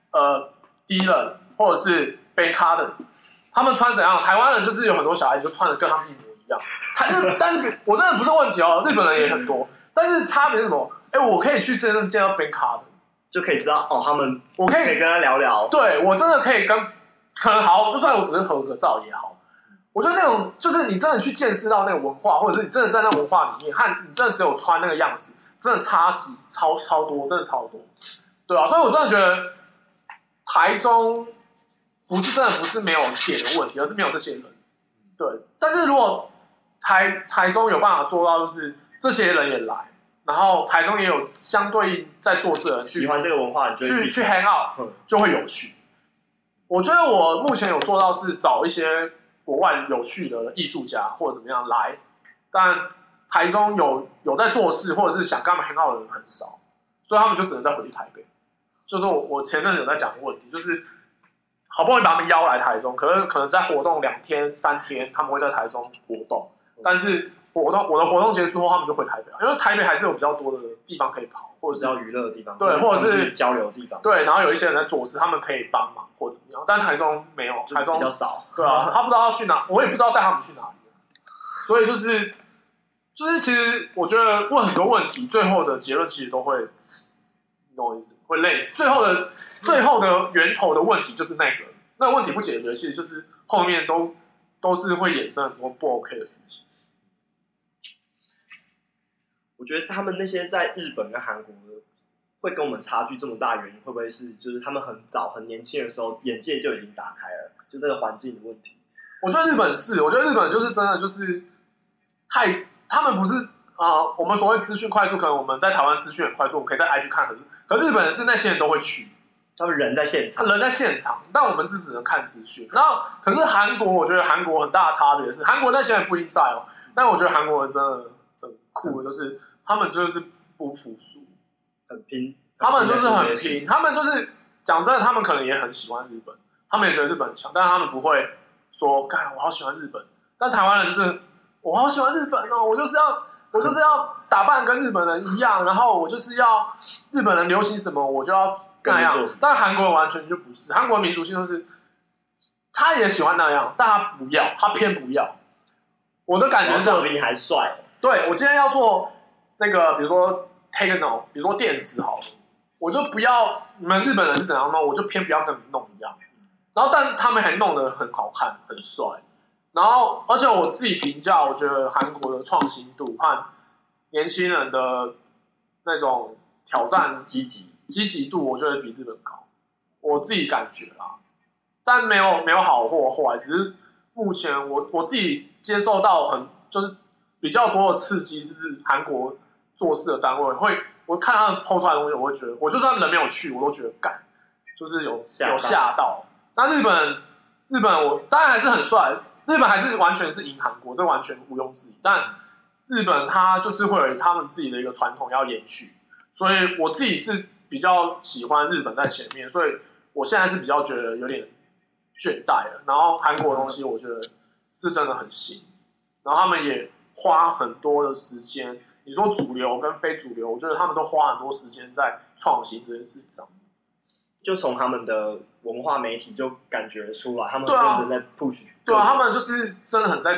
Dylan 或者是 Ben Carden， 他们穿怎样？台湾人就是有很多小孩子就穿的跟他们一模一样，但是我真的不是问题哦，日本人也很多，但是差别是什么？我可以去真正见到 Ben Carden， 就可以知道哦，他们我可以跟他聊聊。 对我真的可以可能好，就算我只是合个照也好。我觉得那种就是你真的去见识到那个文化，或者是你真的在那文化里面，和你真的只有穿那个样子，真的差级超多，真的超多，对啊，所以我真的觉得台中不是没有点的问题，而是没有这些人，对。但是如果台中有办法做到，就是这些人也来，然后台中也有相对应在做事的人喜欢这个文化，你就去 hang out，就会有趣。我觉得我目前有做到是找一些国外有趣的艺术家或者怎么样来，但台中有在做事或者是想跟他们 hang out 的人很少，所以他们就只能再回去台北。就是我前阵子有在讲的问题，就是好不容易把他们邀来台中，可能在活动2天3天，他们会在台中活动，但是我的活动结束后，他们就回台北了，因为台北还是有比较多的地方可以跑，或者是要娱乐的地方， 对，或者是交流的地方， 对，然后有一些人在做事，他们可以帮忙或者怎么样，但台中没有，台中比较少， 对啊，他不知道要去哪，我也不知道带他们去哪里，所以就是其实我觉得问很多问题，最后的结论其实都会，你懂我意思，会类似，最后的源头的问题就是那个问题不解决，其实就是后面都是会衍生很多不 OK 的事情。 我觉得他们那些在日本跟韩国的会跟我们差距这么大的原因，会不会是就是他们很早很年轻的时候眼界就已经打开了，就这个环境的问题？ 我觉得日本就是真的就是他们不是我们所谓资讯快速，可能我们在台湾资讯很快速，我们可以在 IG 看，可日本人是那些人都会去， 他们人在现场， 但我们是只能看资讯。然后可是韩国，我觉得韩国很大的差别是，韩国那些人不一定在哦，但我觉得韩国人真的很酷的，就是他们就是不服输， 很拼， 他们就是很拼，他们就是讲真的，他们可能也很喜欢日本，他们也觉得日本很强，但是他们不会说，干我好喜欢日本。但台湾人就是我好喜欢日本哦，我就是要打扮跟日本人一样，然后我就是要日本人流行什么我就要那样。但韩国人完全就不是，韩国民族性就是他也喜欢那样，但他不要，他偏不要。我的感觉是这样， 比你还帅。 对，我今天要做那个，比如说 techno， 比如说电子好了，我就不要你们日本人是怎样弄，我就偏不要跟你们弄一样。然后，但他们还弄得很好看，很帅。然后，而且我自己评价，我觉得韩国的创新度和年轻人的那种挑战积极度，我觉得比日本高。我自己感觉啦，但没有好或坏，只是目前我自己接受到就是比较多的刺激，是韩国做事的单位我看他们 PO 出来的东西，我会觉得，我就算人没有去，我都觉得干，就是有吓到。那日本我当然还是很帅。日本还是完全是赢韩国，这完全毋庸置疑。但日本它就是会有他们自己的一个传统要延续，所以我自己是比较喜欢日本在前面，所以我现在是比较觉得有点倦怠了。然后韩国的东西我觉得是真的很新，然后他们也花很多的时间。你说主流跟非主流，我觉得他们都花很多时间在创新这件事情上。 就从他们的文化媒体就感觉出来，他们认真在 push。 对啊，他们就是真的很在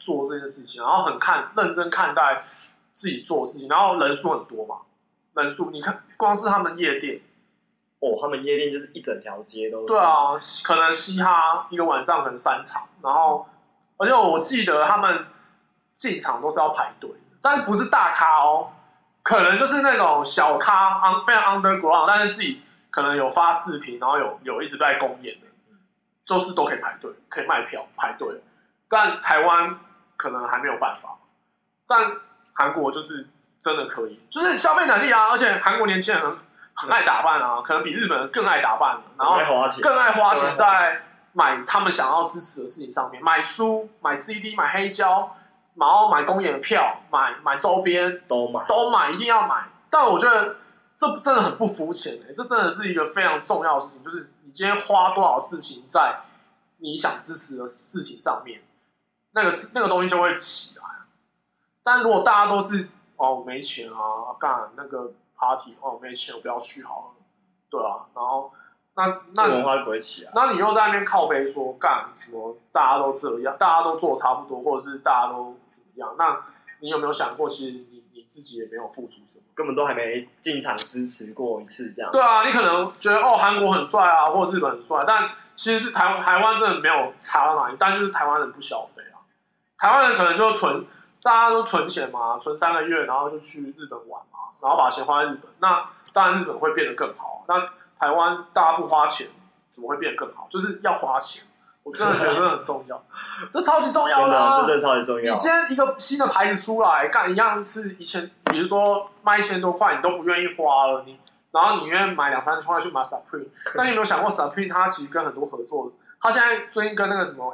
做这件事情，然后认真看待自己做的事情，然后人数很多嘛，人数你看光是他们夜店， 他们夜店就是一整条街都是。 对啊，可能嘻哈一个晚上可能3场，然后而且我记得他们进场都是要排队的，但是不是大咖哦，可能就是那种小咖，非常 underground， 但是自己可能有发视频，然后有一直在公演的，就是都可以排队，可以卖票排队。但台湾可能还没有办法，但韩国就是真的可以，就是消费能力啊，而且韩国年轻人很爱打扮啊，可能比日本人更爱打扮，然后更爱花钱在买他们想要支持的事情上面，买书、买 CD、买黑胶，然后买公演的票、买周边，都买，一定要买。但我觉得这真的很不肤浅这真的是一个非常重要的事情，就是你今天花多少事情在你想支持的事情上面，那个东西就会起来。但如果大家都是我没钱啊，干那个 party 没钱我不要去好了，对啊，然后那文化就不会起来。 那你又在那边靠背说干什么？大家都这样，大家都做差不多，或者是大家都怎么样？那你有没有想过，其实你自己也没有付出什么， 根本都还没进场支持过一次这样。 对啊，你可能觉得韩国很帅啊，或者日本很帅，但其实台湾真的没有差到哪里，但就是台湾人不消费啊。台湾人可能就大家都存钱嘛，存3个月，然后就去日本玩嘛，然后把钱花在日本。那当然日本会变得更好。那台湾大家不花钱，怎么会变得更好？就是要花钱。我真的觉得这很重要，这超级重要的， 真的超级重要。 你今天一个新的牌子出来，干一样是1000，比如说卖1000多块，你都不愿意花了，然后你愿意买2-3千块去买 Supreme， 那你有没有想过 Supreme 它其实跟很多合作，它现在最近跟那个什么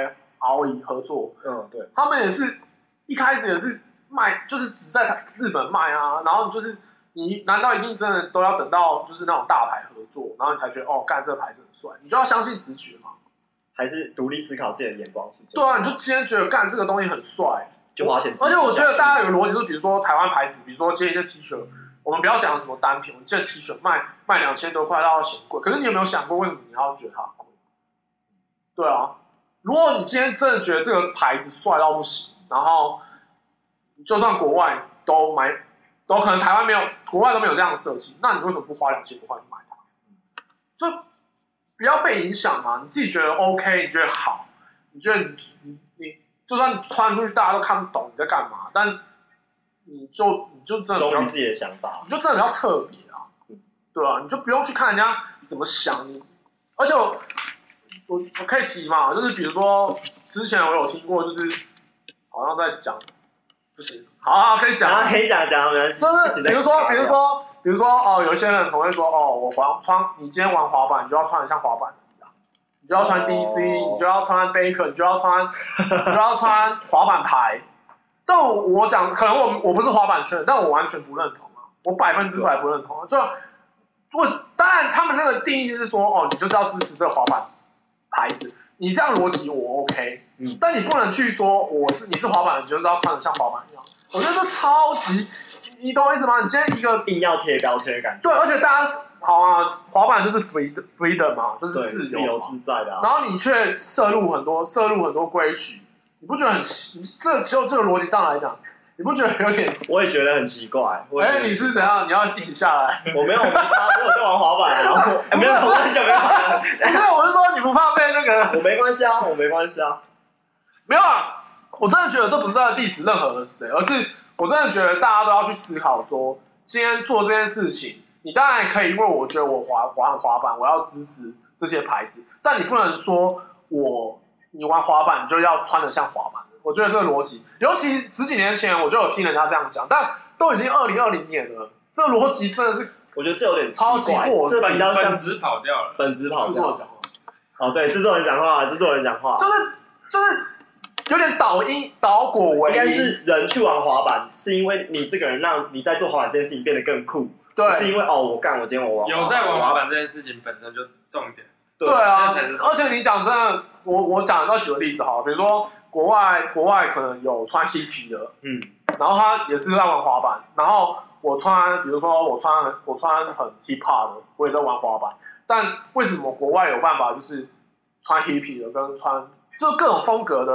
AOI 合作， 对， 他们也是一开始也是卖，就是只在日本卖啊，然后就是你难道一定真的都要等到就是那种大牌合作，然后你才觉得干这个牌子很帅？你就要相信直觉嘛， 还是独立思考自己的眼光？ 对啊，你就今天觉得干这个东西很帅， 就花钱。 而且我觉得大家有个逻辑，就是比如说台湾牌子，比如说接一件 T 恤，我们不要讲什么单品，我们这件 T 恤卖2000多块，到嫌贵。可是你有没有想过，为什么你要觉得它贵？对啊，如果你今天真的觉得这个牌子帅到不行，然后就算国外都可能台湾没有，国外都没有这样的设计，那你为什么不花2000多块去买它？就不要被影響嘛，你自己觉得 OK， 你觉得好，你觉得你就算你穿出去大家都看不懂你在干嘛，但你就真的忠于自己的想法， 你就真的比较特别啊，对啊，你就不用去看人家怎么想你，而且我可以提嘛，就是比如说之前我有听过，就是好像在讲，不行，好可以讲， 可以讲，没关系， 就是比如说有些人可能会说你今天玩滑板，你就要穿得像滑板人一样，你就要穿 DC，你就要穿 Baker， 你就要穿滑板牌。但我讲，可能我不是滑板圈，但我完全不认同啊，我100%不认同啊。当然他们那个定义是说，你就是要支持这个滑板牌子，你这样逻辑我 OK，但你不能去说你是滑板人，你就是要穿得像滑板一样。我觉得这超级，你懂我意思吗？你今天一个硬要贴标签的感觉。 对，而且大家好啊，滑板就是 freedom 嘛，就是自由自在的。 然后你却摄入很多规矩，你不觉得就这个逻辑上来讲，你不觉得有点？ 我也觉得很奇怪。 你是怎样？你要一起下来？ 我没有，我在玩滑板啊。没有，我很久没有玩了。 不是，我是说你不怕被那个？ 我没关系啊。 没有啊。我真的觉得这不是在 diss 任何的谁，而是我真的觉得大家都要去思考说，今天做这件事情，你当然可以，因为我觉得我玩滑板，我要支持这些牌子，但你不能说你玩滑板你就要穿得像滑板。我觉得这个逻辑，尤其10几年前我就有听人家这样讲，但都已经2020年了，这个逻辑真的是， 我觉得这有点超级过时， 本质跑掉了。 制作人讲话。 对，制作人讲话， 就是有点倒果为因， 应该是人去玩滑板，是因为你这个人让你在做滑板这件事情变得更酷， 对， 是因为我今天我玩有在玩滑板这件事情本身就重点， 对啊，而且你讲真的，我讲再举个例子好了，比如说国外可能有穿 hippie 的，然后他也是在玩滑板，然后比如说我穿很 hip hop 的，我也在玩滑板，但为什么国外有办法就是穿 hippie 的跟穿就各种风格的人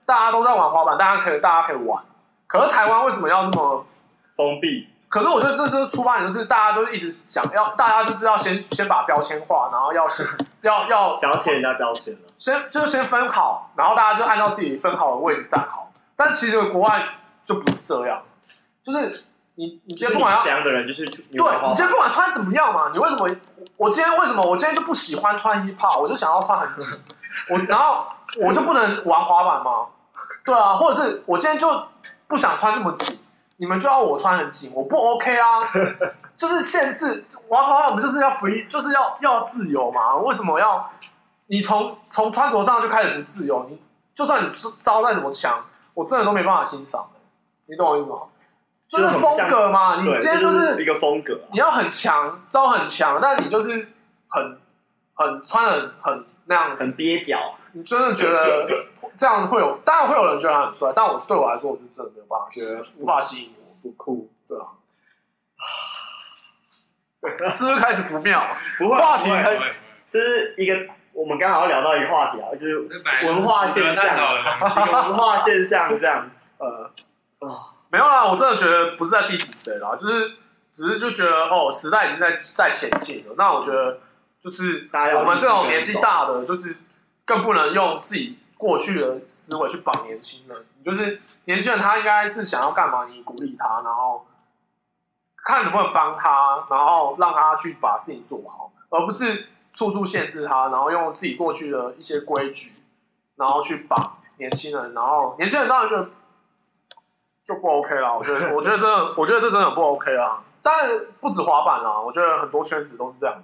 大家都在玩滑板，大家可以玩。可是台湾为什么要这么封闭？ 可是我觉得这是出发点，就是大家都一直想要，大家就是要先把标签化，然后要想要贴人家标签了， 先分好，然后大家就按照自己分好的位置站好。但其实国外就不是这样，就是你今天不管要怎样的人，就是对你今天不管穿怎么样嘛，你为什么我今天就不喜欢穿hip-hop，我就想要穿很紧，然后我就不能玩滑板吗？对啊，或者是我今天就不想穿这么紧。你们就要我穿很紧，我不 OK 啊，就是限制玩滑板，我们就是要 free， 就是要自由嘛。为什么要你从穿着上就开始不自由？你就算你招再怎么强，我真的都没办法欣赏。你懂我意思吗？就是风格嘛，你今天就是一个风格， 你要很强，招很强，但你就是很穿的很那样， 很蹩脚。 你真的觉得这样当然会有人觉得他很帅，但对我来说，我就真的没有办法，觉得无法吸引我， 不酷， 对啊。是不是开始不妙？ 不会， 话题这是一个我们刚好要聊到一个话题啊，就是文化现象，一个文化现象这样。 没有啦，我真的觉得不是在 diss 谁啦，只是就觉得时代已经在前进了。那我觉得就是我们这种年纪大的，就是更不能用自己过去的思维去绑年轻人。就是年轻人他应该是想要干嘛，你鼓励他，然后看能不能帮他，然后让他去把事情做好，而不是处处限制他，然后用自己过去的一些规矩，然后去绑年轻人，然后年轻人当然就不 OK 啦。我觉得这真的不 OK 啦。当然不止滑板啦，我觉得很多圈子都是这样子。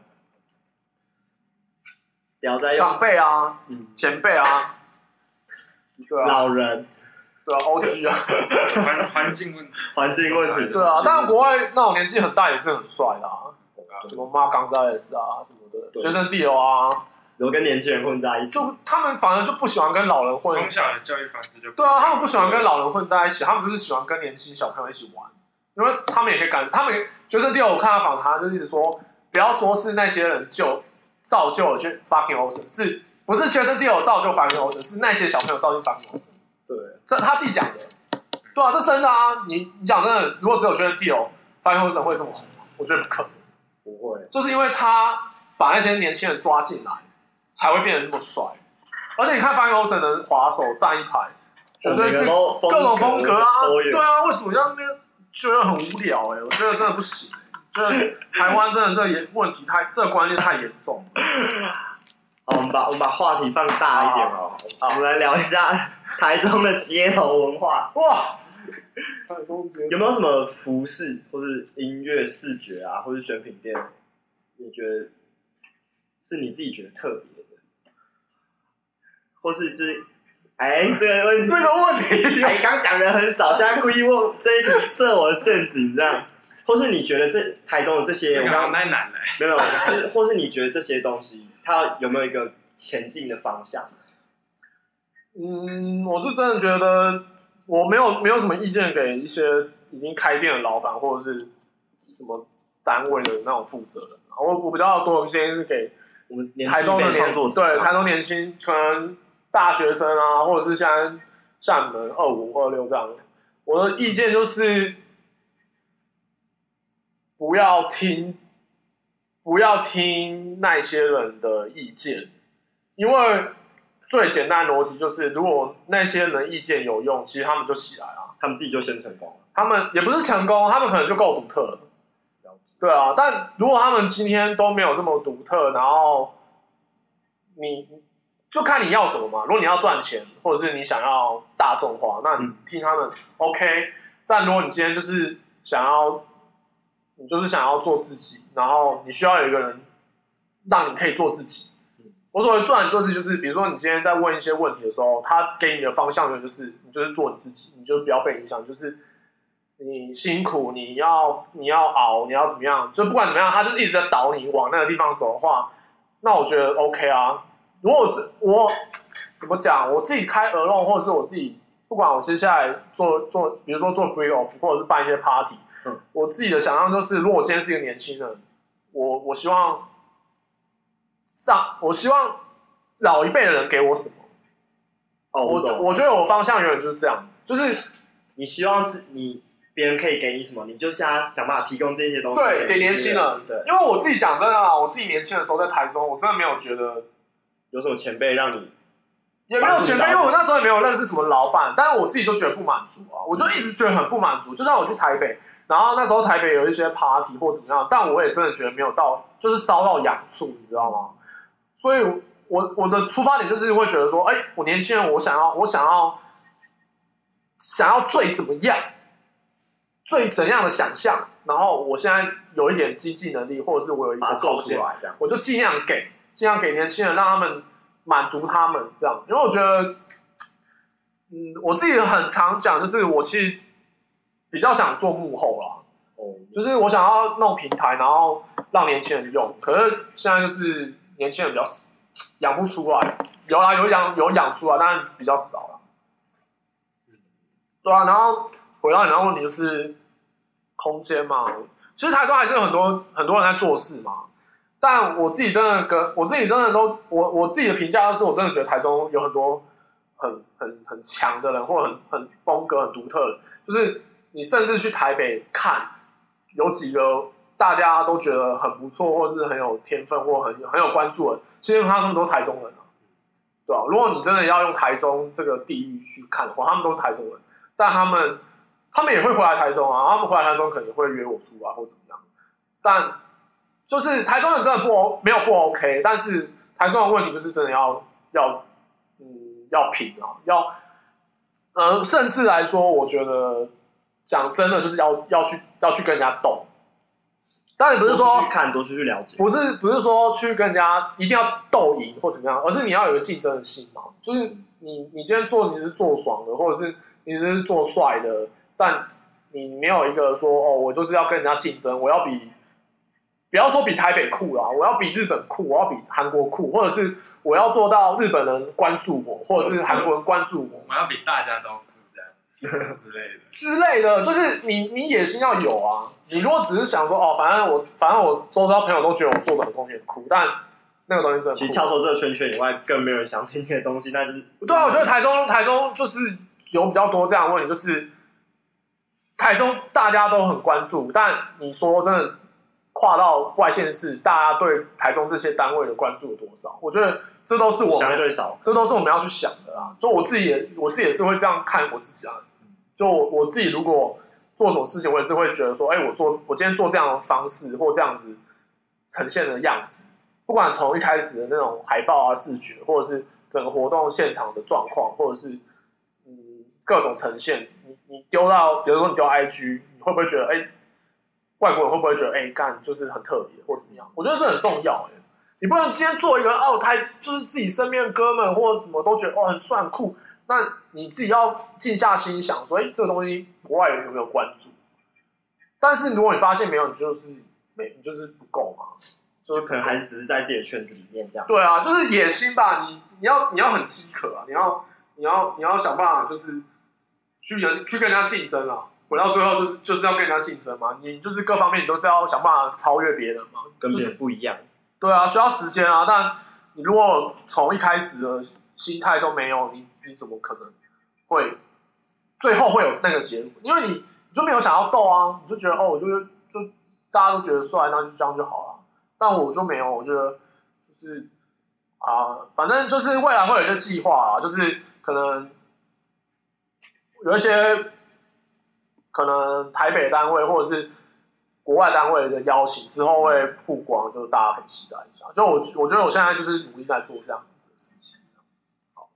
长辈啊，前辈啊，对啊， 老人， 对啊 ，OG 啊， 环境问题， 对啊。当然国外那种年纪很大也是很帅的啊，什么马冈扎也是啊，什么的，杰森蒂欧啊， 有跟年轻人混在一起， 就他们反而就不喜欢跟老人混。 从小的教育方式就对啊，他们不喜欢跟老人混在一起，他们就是喜欢跟年轻小朋友一起玩，因为他们也可以他们杰森蒂欧我看他访谈就一直说，不要说是那些人造就了fucking Olsen， 是不是 Jason Deal 造就 fucking Olsen， 是那些小朋友造就 fucking Olsen。对，这他自己讲的。对啊，这真的啊！你讲真的，如果只有 Jason Deal，fucking Olsen 会这么红吗？我觉得不可能， 不会， 就是因为他把那些年轻人抓进来，才会变得那么帅。而且你看 fucking Olsen 的滑手站一排，绝对是各种风格啊！对啊，为什么要那边觉得很无聊？我觉得真的不行。就是台湾真的这个问题这个观念太严重了。 好，我们把话题放大一点好，我们来聊一下台中的街头文化。哇，有没有什么服饰或是音乐视觉啊，或是选品店，你觉得是你自己觉得特别的，或是就是这个问题，刚讲的很少，现在故意问这一题设我的陷阱这样。或是你觉得台中的这些， 我刚太难了。 没有，或是你觉得这些东西，它有没有一个前进的方向？ 我是真的觉得我没有什么意见给一些已经开店的老板或者是什么单位的那种负责人。我比较多的建议是给我们台中的创作者， 对台中年轻，可能大学生啊，或者是现在像你们25、26这样。我的意见就是。不要听那些人的意见，因为最简单的逻辑就是，如果那些人意见有用，其实他们就起来了， 他们自己就先成功了。 他们也不是成功，他们可能就够独特了。对啊，但如果他们今天都没有这么独特，然后你就看你要什么嘛。如果你要赚钱，或者是你想要大众化，那你听他们 OK。但如果你今天就是你就是想要做自己，然后你需要有一个人让你可以做自己。我所谓让你做自己，就是比如说你今天在问一些问题的时候，他给你的方向就是你就是做你自己，你就不要被影响，就是你辛苦，你要熬，你要怎么样，就不管怎么样，他就一直在导你往那个地方走的话，那我觉得 OK 啊。如果是我怎么讲，我自己开鹅肉，或者是我自己不管我接下来做，比如说做 free off， 或者是办一些 party。我自己的想象就是，如果我今天是一个年轻人，我希望老一辈的人给我什么？ 哦， 我觉得我方向永远就是这样子，就是你希望别人可以给你什么，你就想办法提供这些东西。 对，给年轻人。 对， 因为我自己讲真的啊，我自己年轻的时候在台中，我真的没有觉得有什么前辈让你。 也没有前辈，因为我那时候也没有认识什么老板，但是我自己就觉得不满足啊，我就一直觉得很不满足。就像我去台北，然后那时候台北有一些 party 或怎么样，但我也真的觉得没有到，就是烧到痒处，你知道吗？所以我的出发点就是会觉得说，我年轻人，我想要最怎么样，最怎样的想象，然后我现在有一点经济能力，或者是我有一个空间，我就尽量给年轻人，让他们。满足他们这样，因为我觉得，我自己很常讲，就是我其实比较想做幕后啦，就是我想要弄平台，然后让年轻人用。可是现在就是年轻人比较养不出来，有养出来，但比较少啦。对啊，然后回到你的问题就是空间嘛，其实台中还是有很多人在做事嘛。但我自己真的我自己的评价就是，我真的觉得台中有很多很强的人，或者很风格很独特的，就是你甚至去台北看，有几个大家都觉得很不错，或是很有天分或很有关注的，其实他们都是台中人啊，对吧？如果你真的要用台中这个地域去看的话，他们都是台中人，但他们也会回来台中啊，他们回来台中可能也会约我出来或怎么样，但。就是台中人真的没有不 OK， 但是台中的问题就是真的要拼啊，甚至来说，我觉得讲真的就是要去跟人家斗，当然不是说去看多去了解， 不是说去跟人家一定要斗赢或怎么样，而是你要有一个竞争的心嘛，就是你今天你是做爽的，或者是你是做帅的，但你没有一个说我就是要跟人家竞争，我要不要说比台北酷啦，我要比日本酷，我要比韩国酷，或者是我要做到日本人关注我，或者是韩国人关注我， 我要比大家都酷这样之类的， 就是你野心要有啊。你如果只是想说反正我周遭朋友都觉得我做的很东西很酷，但那个东西真的酷。 其实跳出这个圈圈以外，更没有人想听你的东西，但是对啊，我觉得台中就是有比较多这样的问题，就是台中大家都很关注，但你说真的。跨到外县市，大家对台中这些单位的关注有多少？我觉得这都是我们相对少， 这都是我们要去想的啦。就我自己也是会这样看我自己啊。就我自己如果做什么事情，我也是会觉得说，我今天做这样的方式或这样子呈现的样子，不管从一开始的那种海报啊、视觉，或者是整个活动现场的状况，或者是各种呈现，你丢到，比如说你丢 IG， 你会不会觉得外国人会不会觉得干就是很特别或怎么样？我觉得这很重要你不能今天做一个就是自己身边的哥们或者什么都觉得很帅很酷，那你自己要静下心想说，这个东西国外有没有关注？但是如果你发现没有，你就是不够嘛， 就是可能还是只是在自己的圈子里面这样。 对啊，就是野心吧，你要很饥渴啊，你要想办法就是去跟人家竞争啊。回到最后就是要跟人家竞争嘛，你就是各方面你都是要想办法超越别人嘛， 跟别人不一样。 对啊，需要时间啊，但你如果从一开始的心态都没有，你怎么可能会最后会有那个结果？因为你就没有想要斗啊，你就觉得我就大家都觉得帅，那就这样就好了。但我就没有，我觉得就是反正就是未来会有一些计划啊，就是可能有一些。可能台北单位或者是国外单位的邀请之后会曝光，就是大家可以期待一下。就我觉得我现在就是努力在做这样子的事情。好，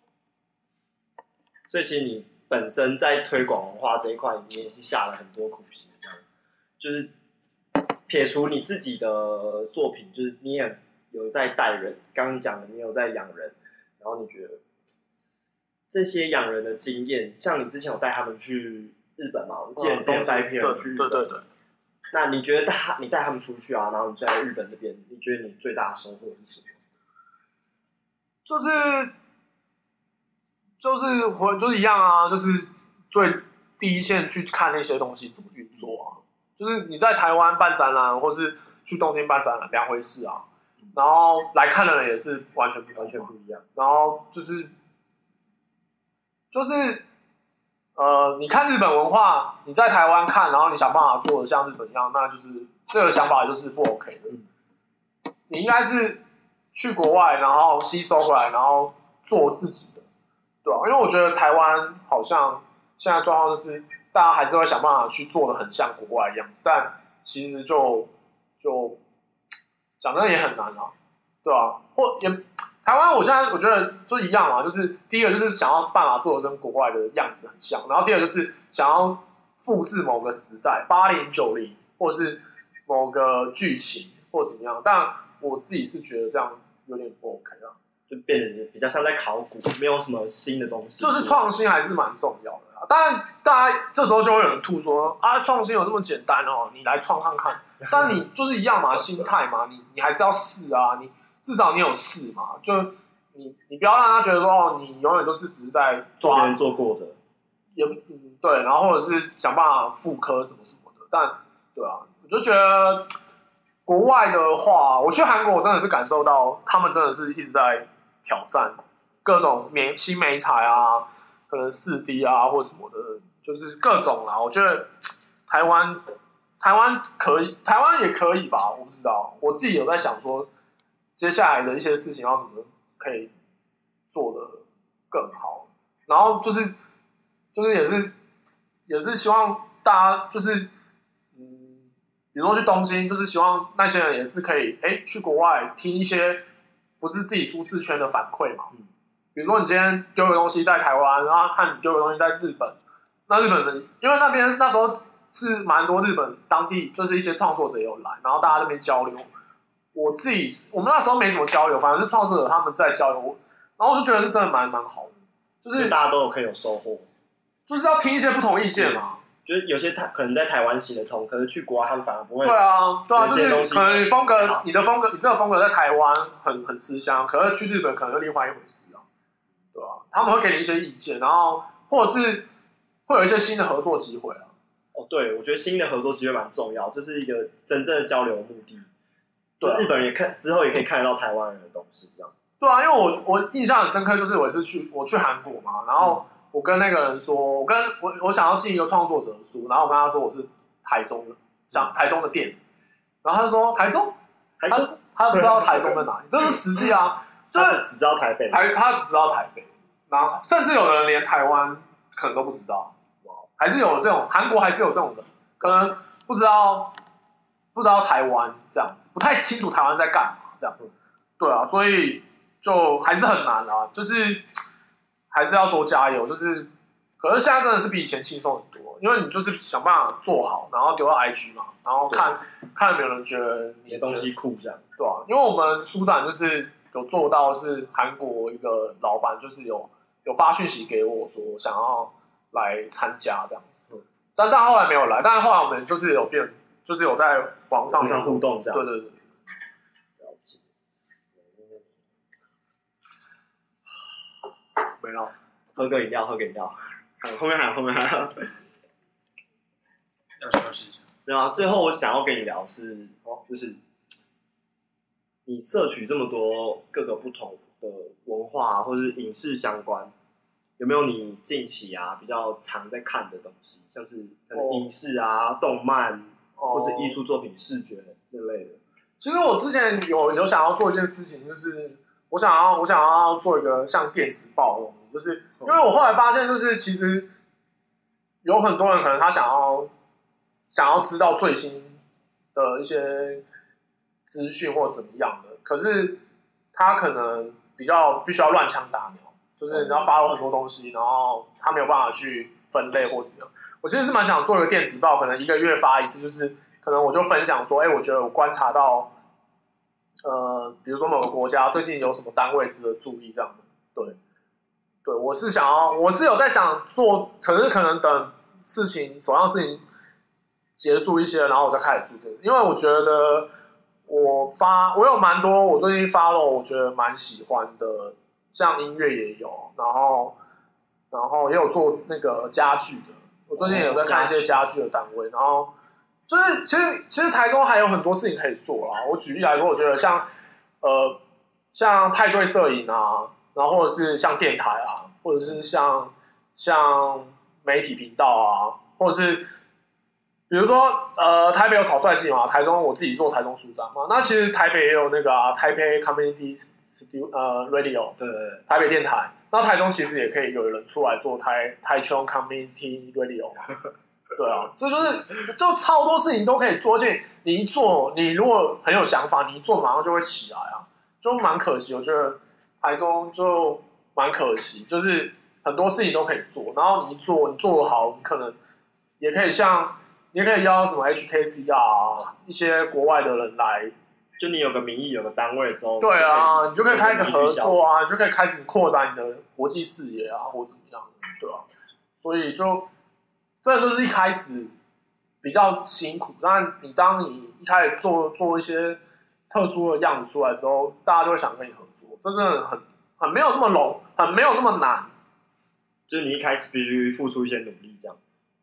所以其实你本身在推广文化这一块，你也是下了很多苦心，这样。就是撇除你自己的作品，就是你也有在带人，刚刚讲的你有在养人，然后你觉得这些养人的经验，像你之前有带他们去。日本嘛，我记得你之前带一批人去日本。对。那你觉得你带他们出去啊，然后你在日本那边，你觉得你最大的收获是什么？ 就是一样啊，就是最第一线去看那些东西怎么运作啊。就是你在台湾办展览，或是去东京办展览，两回事啊。然后来看的人也是完全不一样。然后就是就是你看日本文化，你在台湾看，然后你想办法做的像日本一样，那就是这个想法就是不 OK 的。你应该是去国外，然后吸收回来，然后做自己的，对吧？因为我觉得台湾好像现在状况就是大家还是会想办法去做的很像国外一样，但其实就讲真的也很难啊，对吧？或也台湾，我现在我觉得就一样嘛，就是第一个就是想要办法做的跟国外的样子很像，然后第二个就是想要复制某个时代，80、90，或是某个剧情或怎么样，但我自己是觉得这样有点不 OK 啊， 就变得比较像在考古，没有什么新的东西。 就是创新还是蛮重要的啊。当然，大家这时候就会有人吐说啊，创新有这么简单哦，你来创看看。但你就是一样嘛，心态嘛，你还是要试啊，你至少你有试嘛，就你不要让他觉得说哦，你永远都是只是在抓别人做过的， 也对，然后或者是想办法复刻什么什么的。但对啊，我就觉得国外的话，我去韩国，我真的是感受到他们真的是一直在挑战各种新媒材啊，可能4D 啊或什么的，就是各种啦。我觉得台湾可以，台湾也可以吧，我不知道。我自己有在想说，接下来的一些事情要怎么可以做得更好。然后就是也是希望大家就是比如说去东京，就是希望那些人也是可以去国外听一些不是自己舒适圈的反馈嘛。比如说你今天丢个东西在台湾，然后和你丢个东西在日本，那日本人因为那边那时候是蛮多日本当地就是一些创作者也有来，然后大家那边交流。我们那时候没什么交流，反而是创作者他们在交流，然后我就觉得是真的蛮好的，就是大家都可以有收获， 就是要听一些不同意见嘛。 就是有些可能在台湾行得通，可是去国外他们反而不会。 对啊，就是可能你这个风格在台湾很吃香，可是去日本可能又另外一回事啊，对吧？他们会给你一些意见，然后或者是会有一些新的合作机会啊。 哦，对，我觉得新的合作机会蛮重要，这是一个真正的交流目的。对、日本人也之后也可以看得到台湾人的东西，这样。 对啊，因为我印象很深刻，就是我去韩国嘛，然后我跟那个人说，我想要进一个创作者的书，然后我跟他说我是台中的店，然后他就说台中，他不知道台中在哪里，这是实际啊， 就是只知道台北， 他只知道台北，然后甚至有的人连台湾可能都不知道，还是有这种韩国还是有这种人，可能不知道台湾这样子，不太清楚台湾在干嘛这样，对啊，所以就还是很难啊，就是还是要多加油，就是可是现在真的是比以前轻松很多，因为你就是想办法做好，然后丢到 IG 嘛，然后看有没有人觉得你的东西酷这样， 对啊，因为我们书展就是有做到是韩国一个老板就是有发讯息给我说想要来参加这样子，但后来没有来，但是后来我们就是有在网上互动这样， 对。没了， 喝个饮料。后面还有。 要休息一下。 然后最后我想要跟你聊是，就是你摄取这么多各个不同的文化或是影视相关，有没有你近期比较常在看的东西，像是影视啊、动漫或是艺术作品、视觉那类的？ 其实我之前有想要做一件事情，就是我想要做一个像电子报的东西，就是因为我后来发现，就是其实有很多人可能他想要知道最新的一些资讯或怎么样的，可是他可能必须要乱枪打鸟，就是你要发了很多东西，然后他没有办法去分类或怎么样。我其实是蛮想做一个电子报，可能1个月发一次，就是可能我就分享说，我觉得我观察到。比如说某个国家最近有什么单位值得注意这样的，对，我是有在想做，可能等手上事情结束一些，然后我再开始做这个，因为我觉得我有蛮多我最近发了，我觉得蛮喜欢的，像音乐也有，然后也有做那个家具的，我最近也有在看一些家具的单位，然后。就是其实台中还有很多事情可以做啦。我举例来说，我觉得像派对摄影啊，然后或者是像电台啊，或者是像像媒体频道啊，或者是比如说台北有草率系嘛，台中我自己做台中书展嘛，那其实台北也有那个台北 Community Radio 对， 台北电台，那台中其实也可以有人出来做台中 Community Radio 对啊，这就超多事情都可以做，而且你一做，你如果很有想法，你一做马上就会起来啊，就蛮可惜。我觉得台中就蛮可惜，就是很多事情都可以做，然后你一做，你做得好，你可能也可以你也可以邀什么 HKC 啊，一些国外的人来， 就你有个名义，有个单位之后， 对啊，你就可以开始合作啊，你就可以开始扩展你的国际视野啊，或怎么样，对啊，所以就。这就是一开始比较辛苦，但当你一开始做一些特殊的样子出来之后，大家就会想跟你合作，这真的很没有那么很没有那么难。 就是你一开始必须付出一些努力，这样。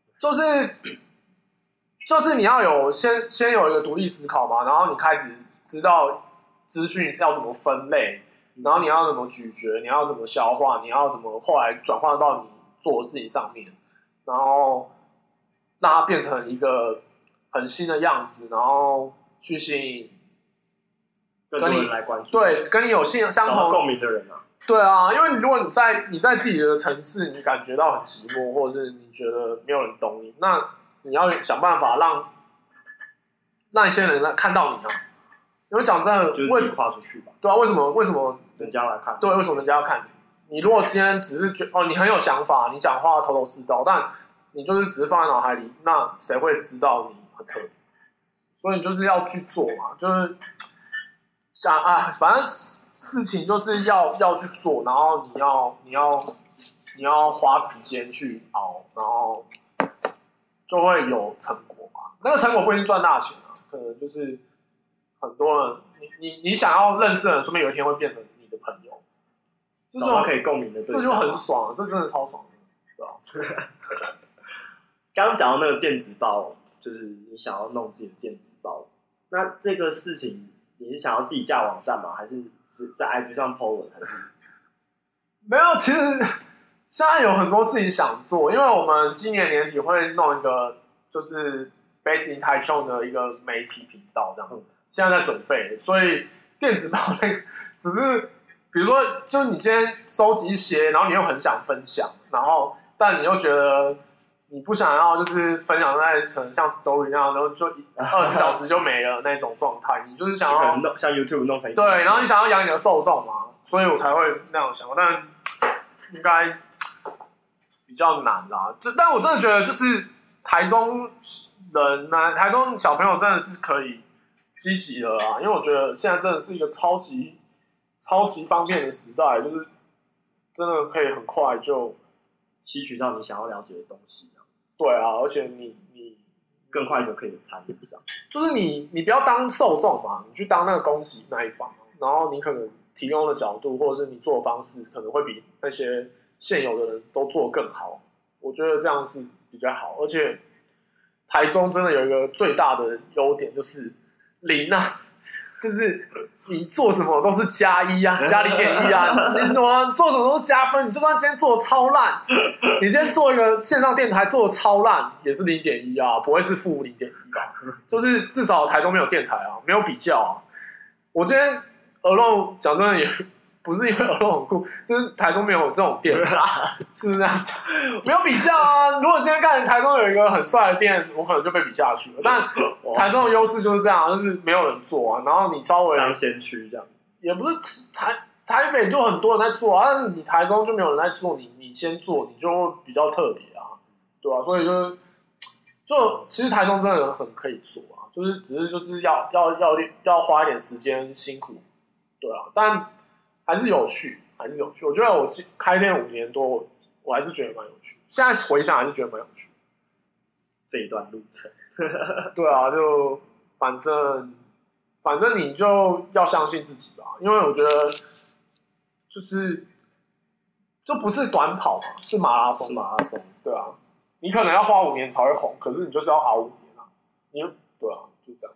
就是你要有先有一个独立思考嘛，然后你开始知道资讯要怎么分类，然后你要怎么咀嚼，你要怎么消化，你要怎么后来转换到你做的事情上面。然后让它变成一个很新的样子，然后去吸引更多人来关注， 对，跟你有相同共鸣的人啊。 对啊，因为如果你在自己的城市，你感觉到很寂寞，或者是你觉得没有人懂你，那你要想办法让一些人来看到你啊。因为讲真的， 就是自己跨出去吧。 对啊，为什么人家来看？ 对，为什么人家要看你？你如果今天只是你很有想法，你讲话头头是道，但你就是只是放在脑海里，那谁会知道你很特别？所以你就是要去做嘛，就是反正事情就是要去做，然后你要花时间去熬，然后就会有成果嘛。那个成果不一定赚大钱啊，可能就是很多人，你想要认识的人，说不定有一天会变成你的朋友。 找到可以共鸣的对象， 这就很爽，这真的超爽的，对吧？ 刚刚讲到那个电子报，就是你想要弄自己的电子报，那这个事情你是想要自己架网站吗？还是在 IG 上 PO 文？还是没有，其实现在有很多事情想做，因为我们今年年底会弄一个就是 Based in Taichung 的一个媒体频道，这样，现在在准备，所以电子报那个只是。比如说，就是你今天收集一些，然后你又很想分享，然后但你又觉得你不想要，就是分享在可能像 Story 那样，然后就20小时就没了那种状态。你就是想要像 YouTube 弄Facebook， 对，然后你想要养你的受众嘛，所以我才会那样想，但应该比较难啦。但我真的觉得，就是台中人呢，台中小朋友真的是可以积极的啦，因为我觉得现在真的是一个超级方便的时代，就是真的可以很快就吸取到你想要了解的东西。 对啊，而且你更快就可以参与，这样。 就是你不要当受众嘛，你去当那个供给那一方，然后你可能提供的角度或者是你做的方式，可能会比那些现有的人都做得更好。我觉得这样是比较好，而且台中真的有一个最大的优点就是零啊。就是你做什么都是+1啊，加0.1啊，你怎么做什么都是加分。你就算今天做的超烂，你今天做一个线上电台做的超烂，也是0.1啊，不会是负0.1吧？就是至少台中没有电台啊，没有比较啊。我今天鹅肉讲真的也不是因为鹅肉很酷，就是台中没有这种店，是不是这样讲？没有比较啊。如果今天看台中有一个很帅的店，我可能就被比下去了。但台中的优势就是这样，就是没有人做啊。然后你稍微当先驱这样， 也不是台北就很多人在做啊，但是你台中就没有人在做，你先做，你就会比较特别啊，对啊，所以就其实台中真的很可以做啊，就是要花一点时间辛苦，对啊，但还是有趣。我觉得我开店5年多，我还是觉得蛮有趣。现在回想还是觉得蛮有趣。 这一段路程， 对啊，就反正你就要相信自己吧，因为我觉得就不是短跑嘛，是马拉松，对啊，你可能要花5年才会红，可是你就是要熬5年啊，对啊，就这样。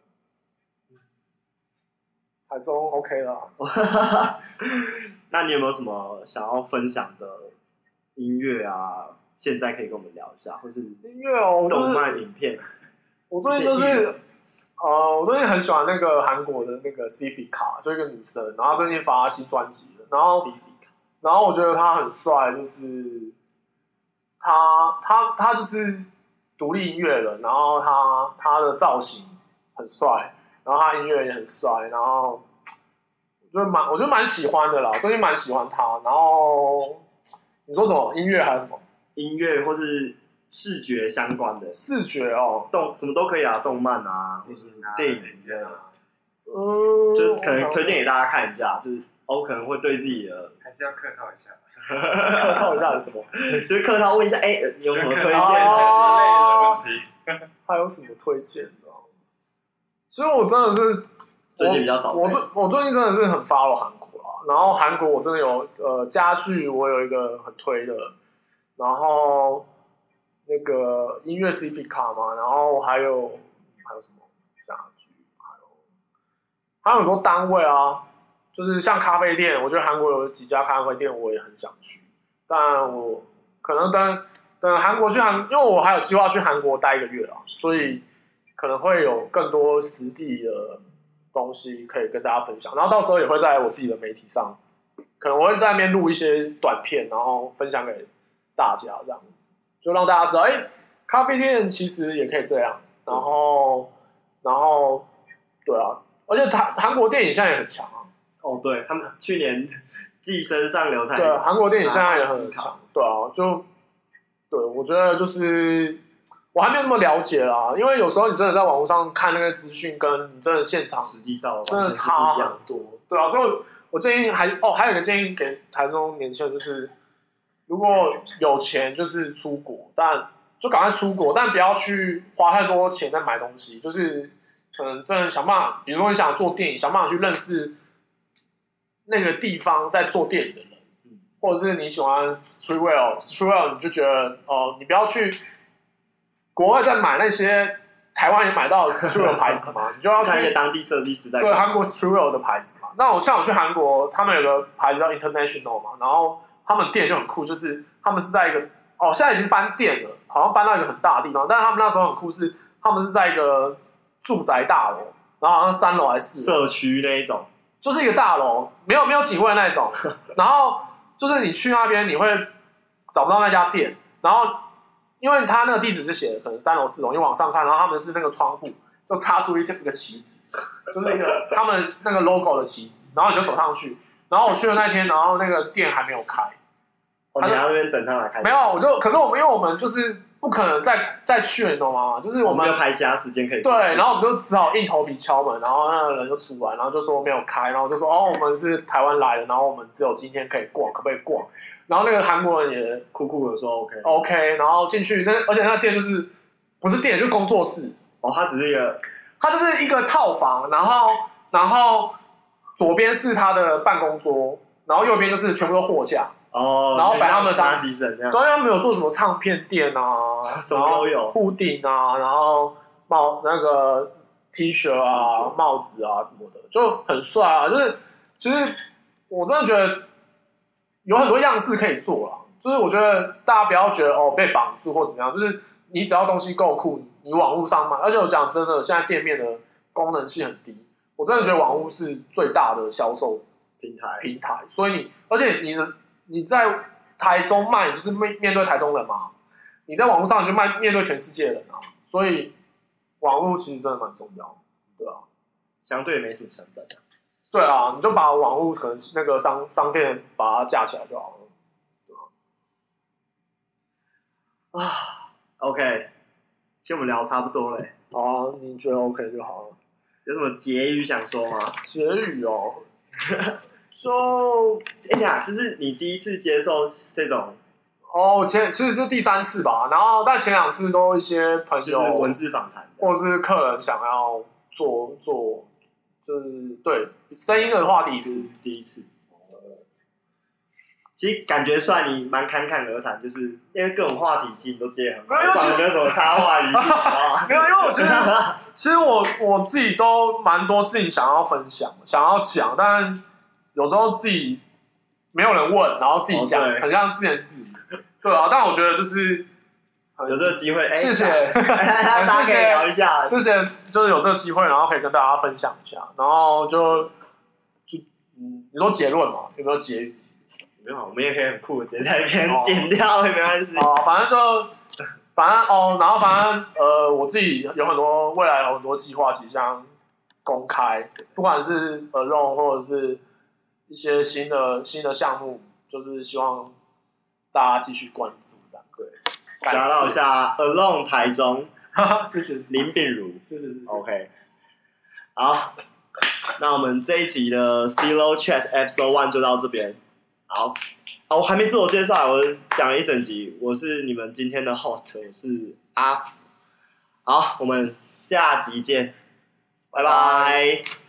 台中 OK 啦。 那你有没有什么想要分享的音乐啊， 现在可以跟我们聊一下，或是音乐哦， 动漫影片。 我最近就是我最近很喜欢那个韩国的那个 Civica， 就一个女生，然后最近发新专辑了，然后我觉得她很帅，就是他就是独立音乐人，然后他的造型很帅，然后他音乐也很帅，然后我觉得蛮喜欢的啦，最近蛮喜欢他。然后你说什么音乐还是什么？ 音乐或是视觉相关的， 视觉哦， 什么都可以啊，动漫啊，或是电影啊， 就可能推荐给大家看一下，就是可能会对自己的还是要客套一下。 客套一下是什么？ 就是客套问一下，你有什么推荐之类的问题？ 还有什么推荐的？其实我真的是最近比较少。 我最近真的是很 follow 韩国啦，然后韩国我真的有家具，我有一个很推的，然后那个音乐 CP 卡嘛，然后还有什么家具，还有很多单位啊。就是像咖啡店，我觉得韩国有几家咖啡店我也很想去，但我可能等韩国因为我还有计划去韩国待1个月啦，所以可能会有更多实地的东西可以跟大家分享。然后到时候也会在我自己的媒体上，可能我会在那边录一些短片，然后分享给大家，这样子就让大家知道，咖啡店其实也可以这样。然后对啊，而且韩国电影现在也很强啊。 对，他们去年寄生上流才对，韩国电影现在也很强，对啊，对，我觉得就是我还没有那么了解啦，因为有时候你真的在网络上看那个资讯，跟你真的现场实际到真的差很多，对啊，所以我建议还有一个建议给台中年轻人，就是如果有钱就是出国，但就赶快出国，但不要去花太多钱在买东西，就是可能真的想办法，比如说你想做电影，想办法去认识那个地方在做电影的人，或者是你喜欢 Streetwear， 你就觉得你不要去国外再买那些台湾也买到 Streetwear 牌子嘛，你就要去看一个当地设计师在对韩国 Streetwear 的牌子嘛。那我去韩国，他们有个牌子叫 International 嘛，然后他们店就很酷，就是他们是在一个现在已经搬店了，好像搬到一个很大的地方，但是他们那时候很酷，是他们是在一个住宅大楼，然后好像3楼还是4 楼社区那一种。 就是一个大楼，没有警卫那种，然后就是你去那边你会找不到那家店，然后因为他那个地址是写的可能3楼4楼，你往上看，然后他们是那个窗户就插出一个旗子，就是一个他们那个 logo 的旗子，然后你就走上去，然后我去的那天，然后那个店还没有开， 你在那边等他来开？ 没有，可是因为我们就是不可能再去，你懂吗？就是我们要排其他时间可以。 对，然后我们就只好硬头皮敲门，然后那个人就出来，然后就说没有开，然后就说我们是台湾来的，然后我们只有今天可以逛，可不可以逛？然后那个韩国人也酷酷的说 OK， 然后进去，而且那店就是不是店，就是工作室。 它只是它就是一个套房，然后左边是他的办公桌，然后右边就是全部都货架。然后摆他们商品，对，他们有做什么唱片店啊， 什么都有， 布丁啊，然后那个 T 恤啊、帽子啊什么的，就很帅啊。就是其实我真的觉得有很多样式可以做啦。就是我觉得大家不要觉得被绑住或怎么样，就是你只要东西够酷，你网络上卖。而且我讲真的，现在店面的功能性很低，我真的觉得网络是最大的销售平台。所以而且你在台中卖，你就是面对台中人嘛。你在网络上你就面对全世界人啊。所以网络其实真的蛮重要，对啊。 相对没什么成本啊。 对啊，你就把网络可能那个商店把它架起来就好了， 对啊。OK， 其实我们聊差不多了。 你觉得 OK 就好了。 有什么结语想说吗？ 结语就这是你第一次接受这种其实是第3次吧，然后但前2次都一些朋友就是文字访谈， 或是客人想要做，就是对声音的话第一次。 其实感觉出来你蛮侃侃而谈，就是因为各种话题其实你都接很好， 没有什么插话语， 没有，因为我其实我自己都蛮多事情想要分享、想要讲，但有时候自己没有人问，然后自己讲，很像自言自语。 对啊，但我觉得就是有这个机会， 谢谢， 大家可以聊一下， 谢谢，就是有这个机会，然后可以跟大家分享一下，然后你说结论嘛？有没有结语？ 没有，我们也可以很酷，直接在那边剪掉，也没关系。 反正然后我自己有很多未来有很多计划即将公开，不管是Alone 或者是一些新的项目，就是希望大家继续关注这样。对， 想到一下 Alone 台中， 谢谢林炳如， 谢谢。 OK， 好，那我们这一集的 Stilo Chat Episode 1就到这边。好，我还没自我介绍，我讲了一整集，我是你们今天的 host， 我是阿福。好，我们下集见，拜拜。